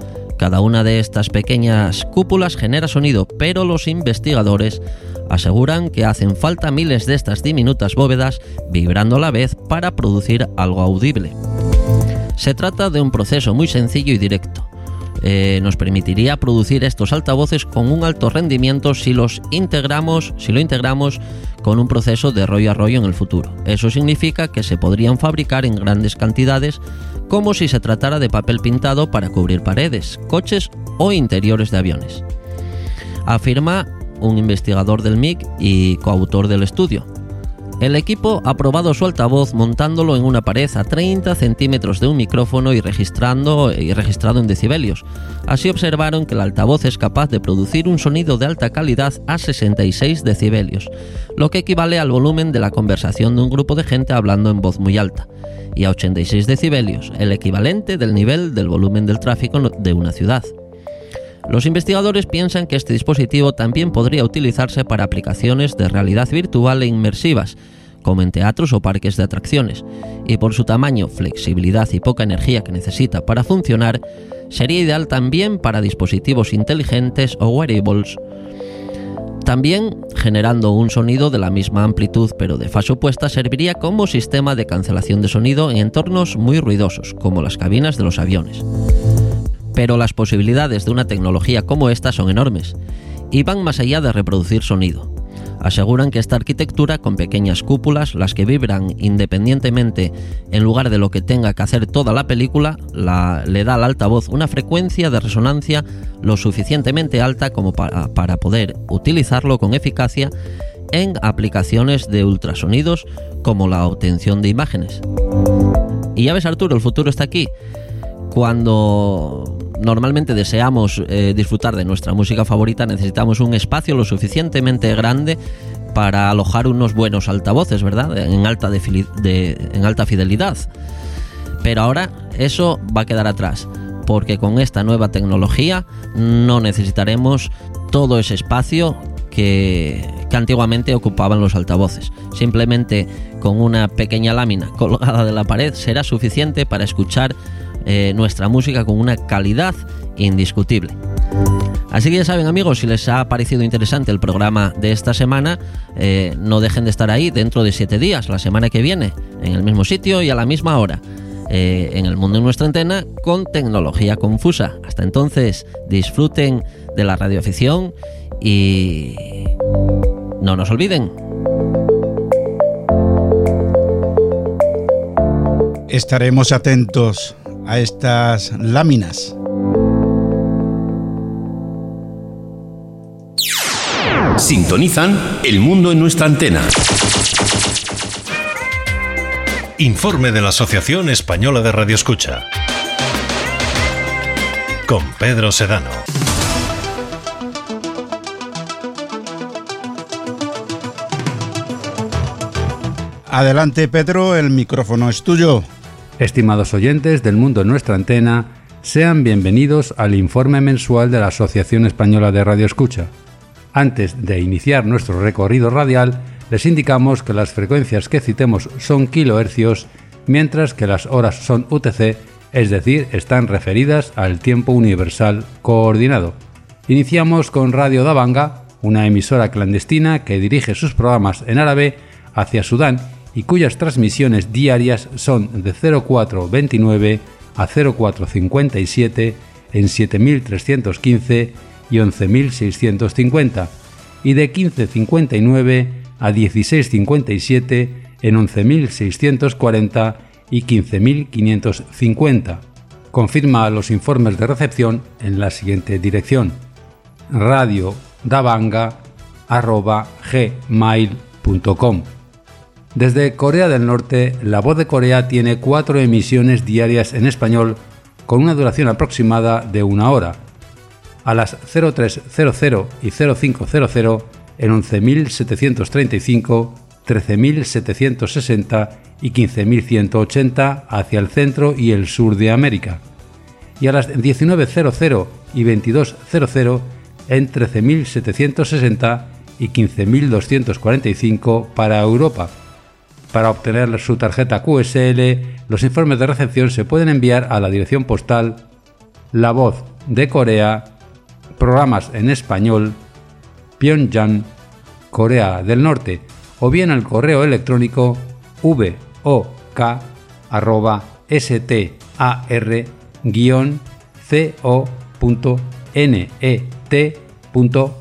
Cada una de estas pequeñas cúpulas genera sonido, pero los investigadores aseguran que hacen falta miles de estas diminutas bóvedas vibrando a la vez para producir algo audible. Se trata de un proceso muy sencillo y directo. Eh, nos permitiría producir estos altavoces con un alto rendimiento si los integramos, si lo integramos con un proceso de rollo a rollo en el futuro. Eso significa que se podrían fabricar en grandes cantidades, como si se tratara de papel pintado para cubrir paredes, coches o interiores de aviones, afirma un investigador del M I C y coautor del estudio. El equipo ha probado su altavoz montándolo en una pared a treinta centímetros de un micrófono y, registrando, y registrado en decibelios. Así observaron que el altavoz es capaz de producir un sonido de alta calidad a sesenta y seis decibelios, lo que equivale al volumen de la conversación de un grupo de gente hablando en voz muy alta, y a ochenta y seis decibelios, el equivalente del nivel del volumen del tráfico de una ciudad. Los investigadores piensan que este dispositivo también podría utilizarse para aplicaciones de realidad virtual e inmersivas, como en teatros o parques de atracciones, y por su tamaño, flexibilidad y poca energía que necesita para funcionar, sería ideal también para dispositivos inteligentes o wearables. También, generando un sonido de la misma amplitud pero de fase opuesta, serviría como sistema de cancelación de sonido en entornos muy ruidosos, como las cabinas de los aviones. Pero las posibilidades de una tecnología como esta son enormes y van más allá de reproducir sonido. Aseguran que esta arquitectura con pequeñas cúpulas, las que vibran independientemente en lugar de lo que tenga que hacer toda la película, la, le da al altavoz una frecuencia de resonancia lo suficientemente alta como para, para poder utilizarlo con eficacia en aplicaciones de ultrasonidos como la obtención de imágenes. Y ya ves, Arturo, el futuro está aquí. Cuando normalmente deseamos eh, disfrutar de nuestra música favorita, necesitamos un espacio lo suficientemente grande para alojar unos buenos altavoces, ¿verdad? En alta, de, de, en alta fidelidad. Pero ahora eso va a quedar atrás, porque con esta nueva tecnología no necesitaremos todo ese espacio que, que antiguamente ocupaban los altavoces. Simplemente con una pequeña lámina colgada de la pared será suficiente para escuchar Eh, nuestra música con una calidad indiscutible. Así que ya saben, amigos, si les ha parecido interesante el programa de esta semana, eh, no dejen de estar ahí dentro de siete días, la semana que viene, en el mismo sitio y a la misma hora, eh, en El Mundo en Nuestra Antena, con tecnología confusa. Hasta entonces, disfruten de la radioafición y no nos olviden. Estaremos atentos a estas láminas. Sintonizan El Mundo en Nuestra Antena. Informe de la Asociación Española de Radioescucha con Pedro Sedano. Adelante, Pedro, el micrófono es tuyo. Estimados oyentes del Mundo en Nuestra Antena, sean bienvenidos al informe mensual de la Asociación Española de Radioescucha. Antes de iniciar nuestro recorrido radial, les indicamos que las frecuencias que citemos son kilohercios, mientras que las horas son U T C, es decir, están referidas al tiempo universal coordinado. Iniciamos con Radio Dabanga, una emisora clandestina que dirige sus programas en árabe hacia Sudán y cuyas transmisiones diarias son de cero cuatro veintinueve a cero cuatro cincuenta y siete en siete mil trescientos quince y once mil seiscientos cincuenta y de quince cincuenta y nueve a dieciséis cincuenta y siete en once mil seiscientos cuarenta y quince mil quinientos cincuenta. Confirma los informes de recepción en la siguiente dirección: radiodabanga arroba gmail punto com. Desde Corea del Norte, La Voz de Corea tiene cuatro emisiones diarias en español con una duración aproximada de una hora. A las cero tres cero cero y cero cinco cero cero en once mil setecientos treinta y cinco, trece mil setecientos sesenta y quince mil ciento ochenta hacia el centro y el sur de América. Y a las diecinueve cero cero y veintidós cero cero en trece mil setecientos sesenta y quince mil doscientos cuarenta y cinco para Europa. Para obtener su tarjeta Q S L, los informes de recepción se pueden enviar a la dirección postal La Voz, de Corea, programas en español, Pyongyang, Corea del Norte, o bien al correo electrónico vok arroba star guion co punto net punto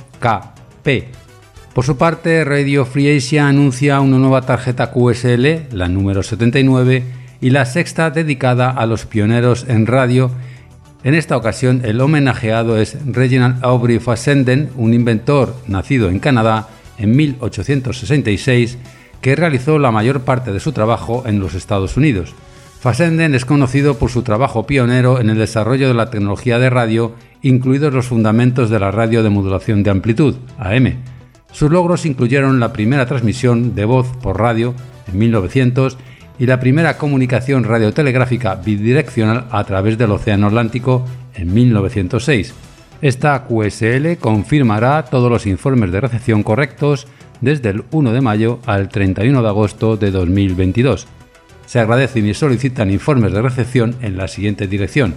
kp. Por su parte, Radio Free Asia anuncia una nueva tarjeta Q S L, la número setenta y nueve, y la sexta dedicada a los pioneros en radio. En esta ocasión, el homenajeado es Reginald Aubrey Fassenden, un inventor nacido en Canadá en mil ochocientos sesenta y seis, que realizó la mayor parte de su trabajo en los Estados Unidos. Fassenden es conocido por su trabajo pionero en el desarrollo de la tecnología de radio, incluidos los fundamentos de la radio de modulación de amplitud, A M. Sus logros incluyeron la primera transmisión de voz por radio en mil novecientos y la primera comunicación radiotelegráfica bidireccional a través del Océano Atlántico en mil novecientos seis. Esta Q S L confirmará todos los informes de recepción correctos desde el uno de mayo al treinta y uno de agosto de dos mil veintidós. Se agradecen y solicitan informes de recepción en la siguiente dirección: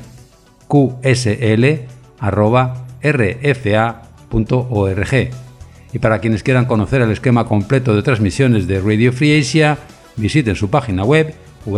q s l arroba r f a punto org. Y para quienes quieran conocer el esquema completo de transmisiones de Radio Free Asia, visiten su página web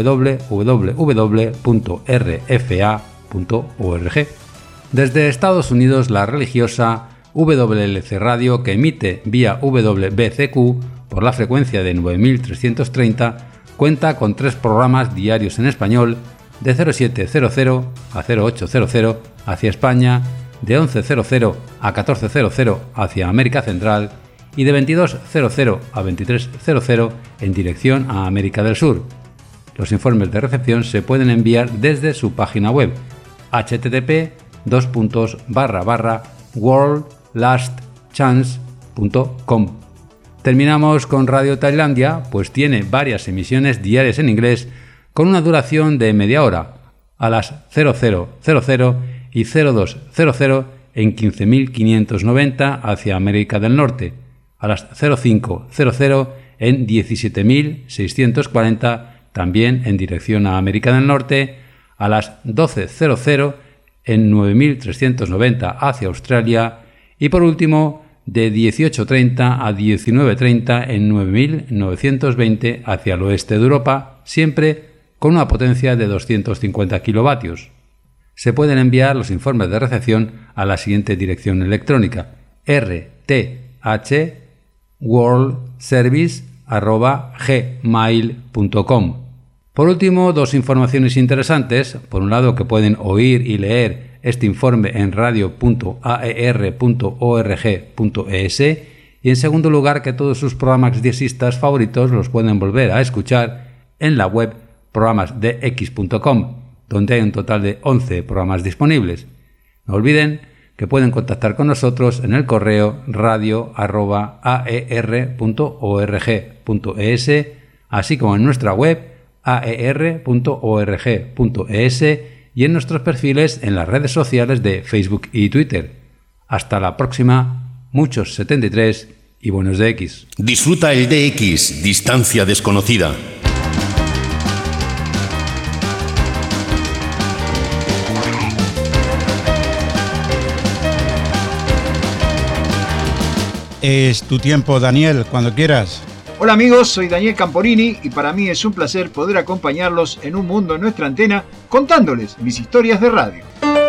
w w w punto r f a punto org. Desde Estados Unidos, la religiosa W L C Radio, que emite vía W B C Q por la frecuencia de nueve mil trescientos treinta, cuenta con tres programas diarios en español, de cero siete cero cero a cero ocho cero cero hacia España, de once cero cero a catorce cero cero hacia América Central y de veintidós cero cero a veintitrés cero cero en dirección a América del Sur. Los informes de recepción se pueden enviar desde su página web h t t p dos puntos barra barra world last chance punto com. Terminamos con Radio Tailandia, pues tiene varias emisiones diarias en inglés con una duración de media hora, a las cero cero cero cero y cero dos cero cero en quince mil quinientos noventa hacia América del Norte, a las cero cinco cero cero en diecisiete mil seiscientos cuarenta también en dirección a América del Norte, a las doce cero cero en nueve mil trescientos noventa hacia Australia y por último de dieciocho treinta a diecinueve treinta en nueve mil novecientos veinte hacia el oeste de Europa, siempre con una potencia de doscientos cincuenta kilovatios. Se pueden enviar los informes de recepción a la siguiente dirección electrónica: r t h world service arroba gmail punto com. Por último, dos informaciones interesantes. Por un lado, que pueden oír y leer este informe en radio punto a e r punto org punto e s, y en segundo lugar, que todos sus programas diexistas favoritos los pueden volver a escuchar en la web programas d x punto com, donde hay un total de once programas disponibles. No olviden que pueden contactar con nosotros en el correo radio arroba a e r punto org punto e s, así como en nuestra web a e r punto org punto e s y en nuestros perfiles en las redes sociales de Facebook y Twitter. Hasta la próxima, muchos setenta y tres y buenos D X. Disfruta el D X, distancia desconocida. Es tu tiempo, Daniel, cuando quieras. Hola amigos, soy Daniel Camporini y para mí es un placer poder acompañarlos en un mundo en nuestra antena contándoles mis historias de radio.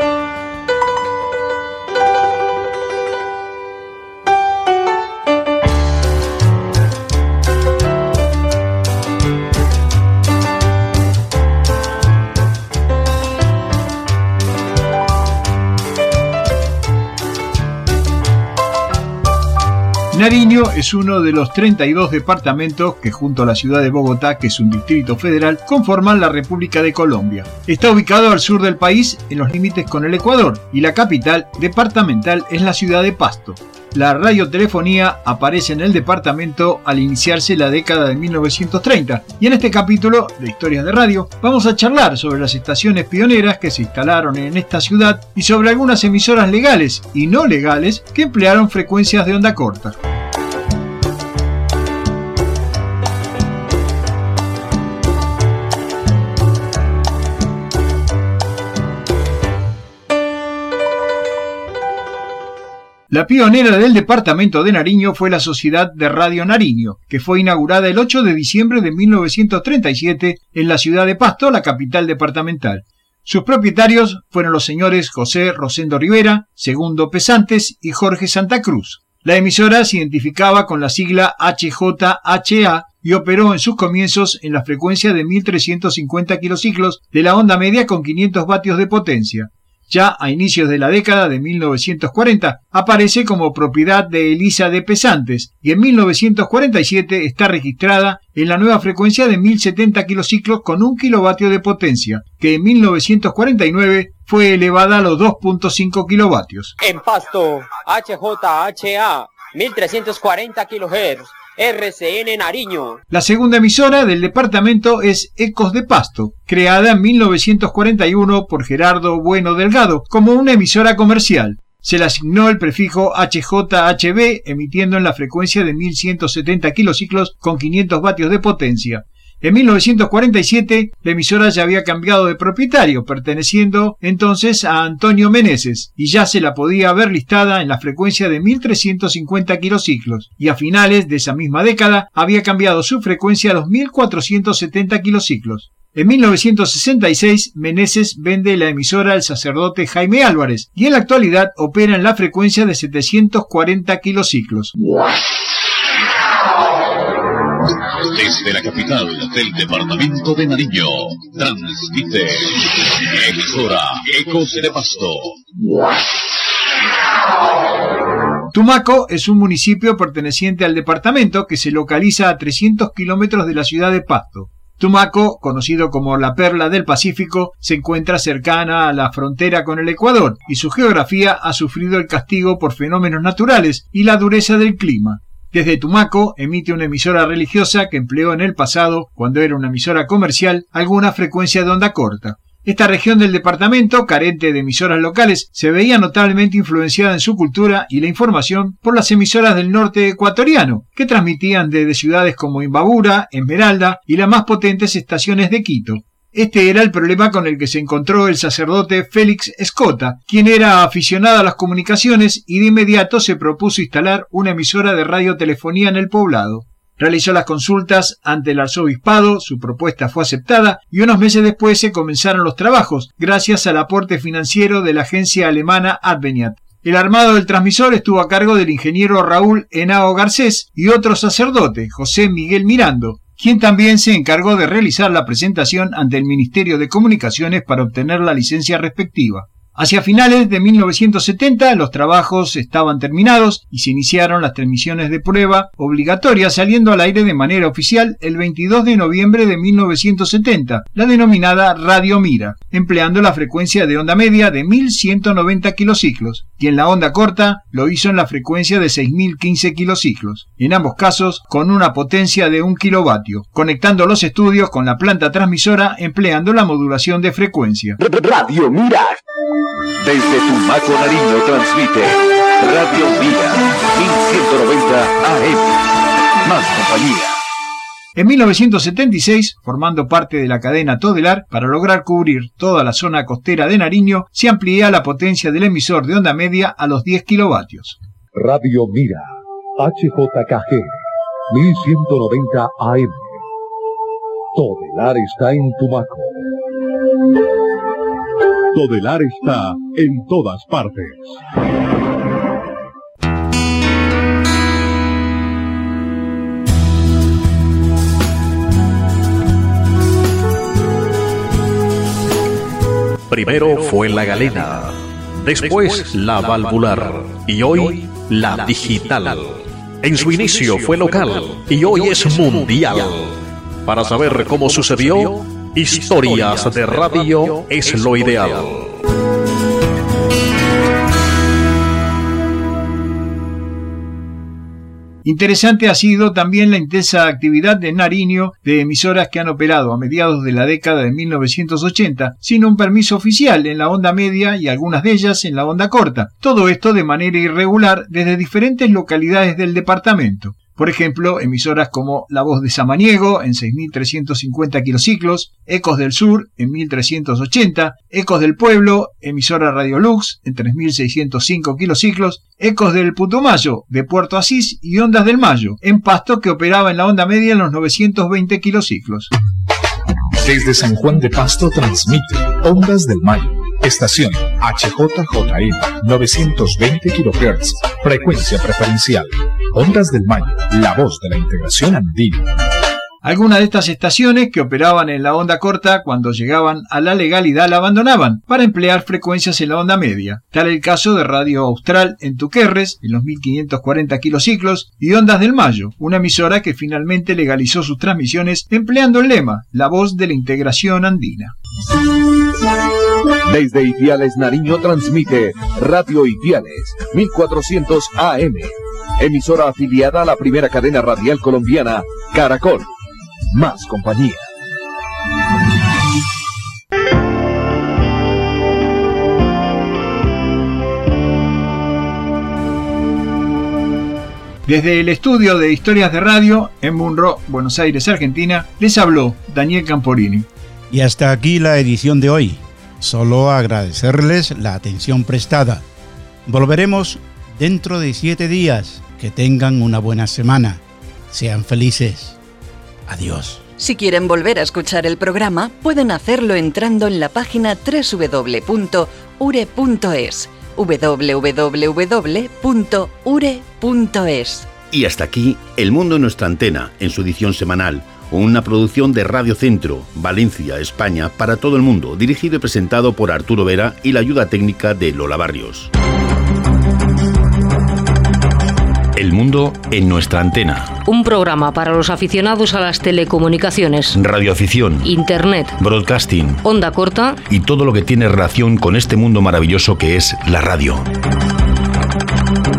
Nariño es uno de los treinta y dos departamentos que junto a la ciudad de Bogotá, que es un distrito federal, conforman la República de Colombia. Está ubicado al sur del país, en los límites con el Ecuador, y la capital departamental es la ciudad de Pasto. La radiotelefonía aparece en el departamento al iniciarse la década de mil novecientos treinta, y en este capítulo de Historias de Radio vamos a charlar sobre las estaciones pioneras que se instalaron en esta ciudad y sobre algunas emisoras legales y no legales que emplearon frecuencias de onda corta. La pionera del departamento de Nariño fue la Sociedad de Radio Nariño, que fue inaugurada el ocho de diciembre de mil novecientos treinta y siete en la ciudad de Pasto, la capital departamental. Sus propietarios fueron los señores José Rosendo Rivera, Segundo Pesantes y Jorge Santa Cruz. La emisora se identificaba con la sigla H J H A y operó en sus comienzos en la frecuencia de mil trescientos cincuenta kilociclos de la onda media con quinientos vatios de potencia. Ya a inicios de la década de mil novecientos cuarenta aparece como propiedad de Elisa de Pesantes y en mil novecientos cuarenta y siete está registrada en la nueva frecuencia de mil setenta kilociclos con un kilovatio de potencia, que en mil novecientos cuarenta y nueve fue elevada a los dos punto cinco kilovatios. En Pasto, H J H A, mil trescientos cuarenta kilohertz. R C N Nariño. La segunda emisora del departamento es Ecos de Pasto, creada en mil novecientos cuarenta y uno por Gerardo Bueno Delgado como una emisora comercial. Se le asignó el prefijo H J H B, emitiendo en la frecuencia de mil ciento setenta kilociclos con quinientos vatios de potencia. En mil novecientos cuarenta y siete, la emisora ya había cambiado de propietario, perteneciendo entonces a Antonio Meneses, y ya se la podía ver listada en la frecuencia de mil trescientos cincuenta kilociclos, y a finales de esa misma década había cambiado su frecuencia a los mil cuatrocientos setenta kilociclos. En mil novecientos sesenta y seis, Meneses vende la emisora al sacerdote Jaime Álvarez, y en la actualidad opera en la frecuencia de setecientos cuarenta kilociclos. Desde la capital del departamento de Nariño, transmite emisora Ecos de Pasto. Tumaco es un municipio perteneciente al departamento que se localiza a trescientos kilómetros de la ciudad de Pasto. Tumaco, conocido como la Perla del Pacífico, se encuentra cercana a la frontera con el Ecuador y su geografía ha sufrido el castigo por fenómenos naturales y la dureza del clima. Desde Tumaco emite una emisora religiosa que empleó en el pasado, cuando era una emisora comercial, alguna frecuencia de onda corta. Esta región del departamento, carente de emisoras locales, se veía notablemente influenciada en su cultura y la información por las emisoras del norte ecuatoriano, que transmitían desde ciudades como Imbabura, Esmeralda y las más potentes estaciones de Quito. Este era el problema con el que se encontró el sacerdote Félix Escota, quien era aficionado a las comunicaciones y de inmediato se propuso instalar una emisora de radiotelefonía en el poblado. Realizó las consultas ante el arzobispado, su propuesta fue aceptada y unos meses después se comenzaron los trabajos, gracias al aporte financiero de la agencia alemana Adveniat. El armado del transmisor estuvo a cargo del ingeniero Raúl Henao Garcés y otro sacerdote, José Miguel Mirando, quien también se encargó de realizar la presentación ante el Ministerio de Comunicaciones para obtener la licencia respectiva. Hacia finales de mil novecientos setenta los trabajos estaban terminados y se iniciaron las transmisiones de prueba obligatorias, saliendo al aire de manera oficial el veintidós de noviembre de mil novecientos setenta, la denominada Radio Mira, empleando la frecuencia de onda media de mil ciento noventa kilociclos, y en la onda corta lo hizo en la frecuencia de seis mil quince kilociclos, en ambos casos con una potencia de un kilovatio, conectando los estudios con la planta transmisora empleando la modulación de frecuencia. Radio Mira. Desde Tumaco, Nariño, transmite Radio Mira mil ciento noventa A M. Más compañía. En mil novecientos setenta y seis, formando parte de la cadena Todelar, para lograr cubrir toda la zona costera de Nariño, se amplía la potencia del emisor de onda media a los diez kilovatios. Radio Mira, H J K G, mil ciento noventa A M. Todelar está en Tumaco. Todelar está en todas partes. Primero fue la galena, después la valvular y hoy la digital. En su inicio fue local y hoy es mundial. Para saber cómo sucedió, Historias de Radio es lo ideal. Interesante ha sido también la intensa actividad de Nariño de emisoras que han operado a mediados de la década de mil novecientos ochenta sin un permiso oficial en la onda media y algunas de ellas en la onda corta. Todo esto de manera irregular desde diferentes localidades del departamento. Por ejemplo, emisoras como La Voz de Samaniego en seis mil trescientos cincuenta kilociclos, Ecos del Sur en mil trescientos ochenta, Ecos del Pueblo, emisora Radio Lux en tres mil seiscientos cinco kilociclos, Ecos del Putumayo de Puerto Asís y Ondas del Mayo en Pasto, que operaba en la onda media en los novecientos veinte kilociclos. Desde San Juan de Pasto transmite Ondas del Mayo, estación H J J M, novecientos veinte kilohertz, frecuencia preferencial. Ondas del Mayo, la voz de la integración andina. Algunas de estas estaciones que operaban en la onda corta cuando llegaban a la legalidad la abandonaban para emplear frecuencias en la onda media. Tal el caso de Radio Austral en Tuquerres en los mil quinientos cuarenta kilociclos y Ondas del Mayo, una emisora que finalmente legalizó sus transmisiones empleando el lema La voz de la integración andina. Desde Ipiales, Nariño transmite Radio Ipiales mil cuatrocientos A M, emisora afiliada a la primera cadena radial colombiana, Caracol. Más compañía. Desde el estudio de Historias de Radio en Munro, Buenos Aires, Argentina, les habló Daniel Camporini. Y hasta aquí la edición de hoy. Solo agradecerles la atención prestada. Volveremos dentro de siete días. Que tengan una buena semana. Sean felices. Adiós. Si quieren volver a escuchar el programa, pueden hacerlo entrando en la página doble u doble u doble u punto u r e punto es. doble u doble u doble u punto u r e punto es. Y hasta aquí, El Mundo en nuestra antena, en su edición semanal. Una producción de Radio Centro, Valencia, España, para todo el mundo, dirigido y presentado por Arturo Vera y la ayuda técnica de Lola Barrios. El Mundo en nuestra antena. Un programa para los aficionados a las telecomunicaciones, radioafición, internet, broadcasting, onda corta y todo lo que tiene relación con este mundo maravilloso que es la radio.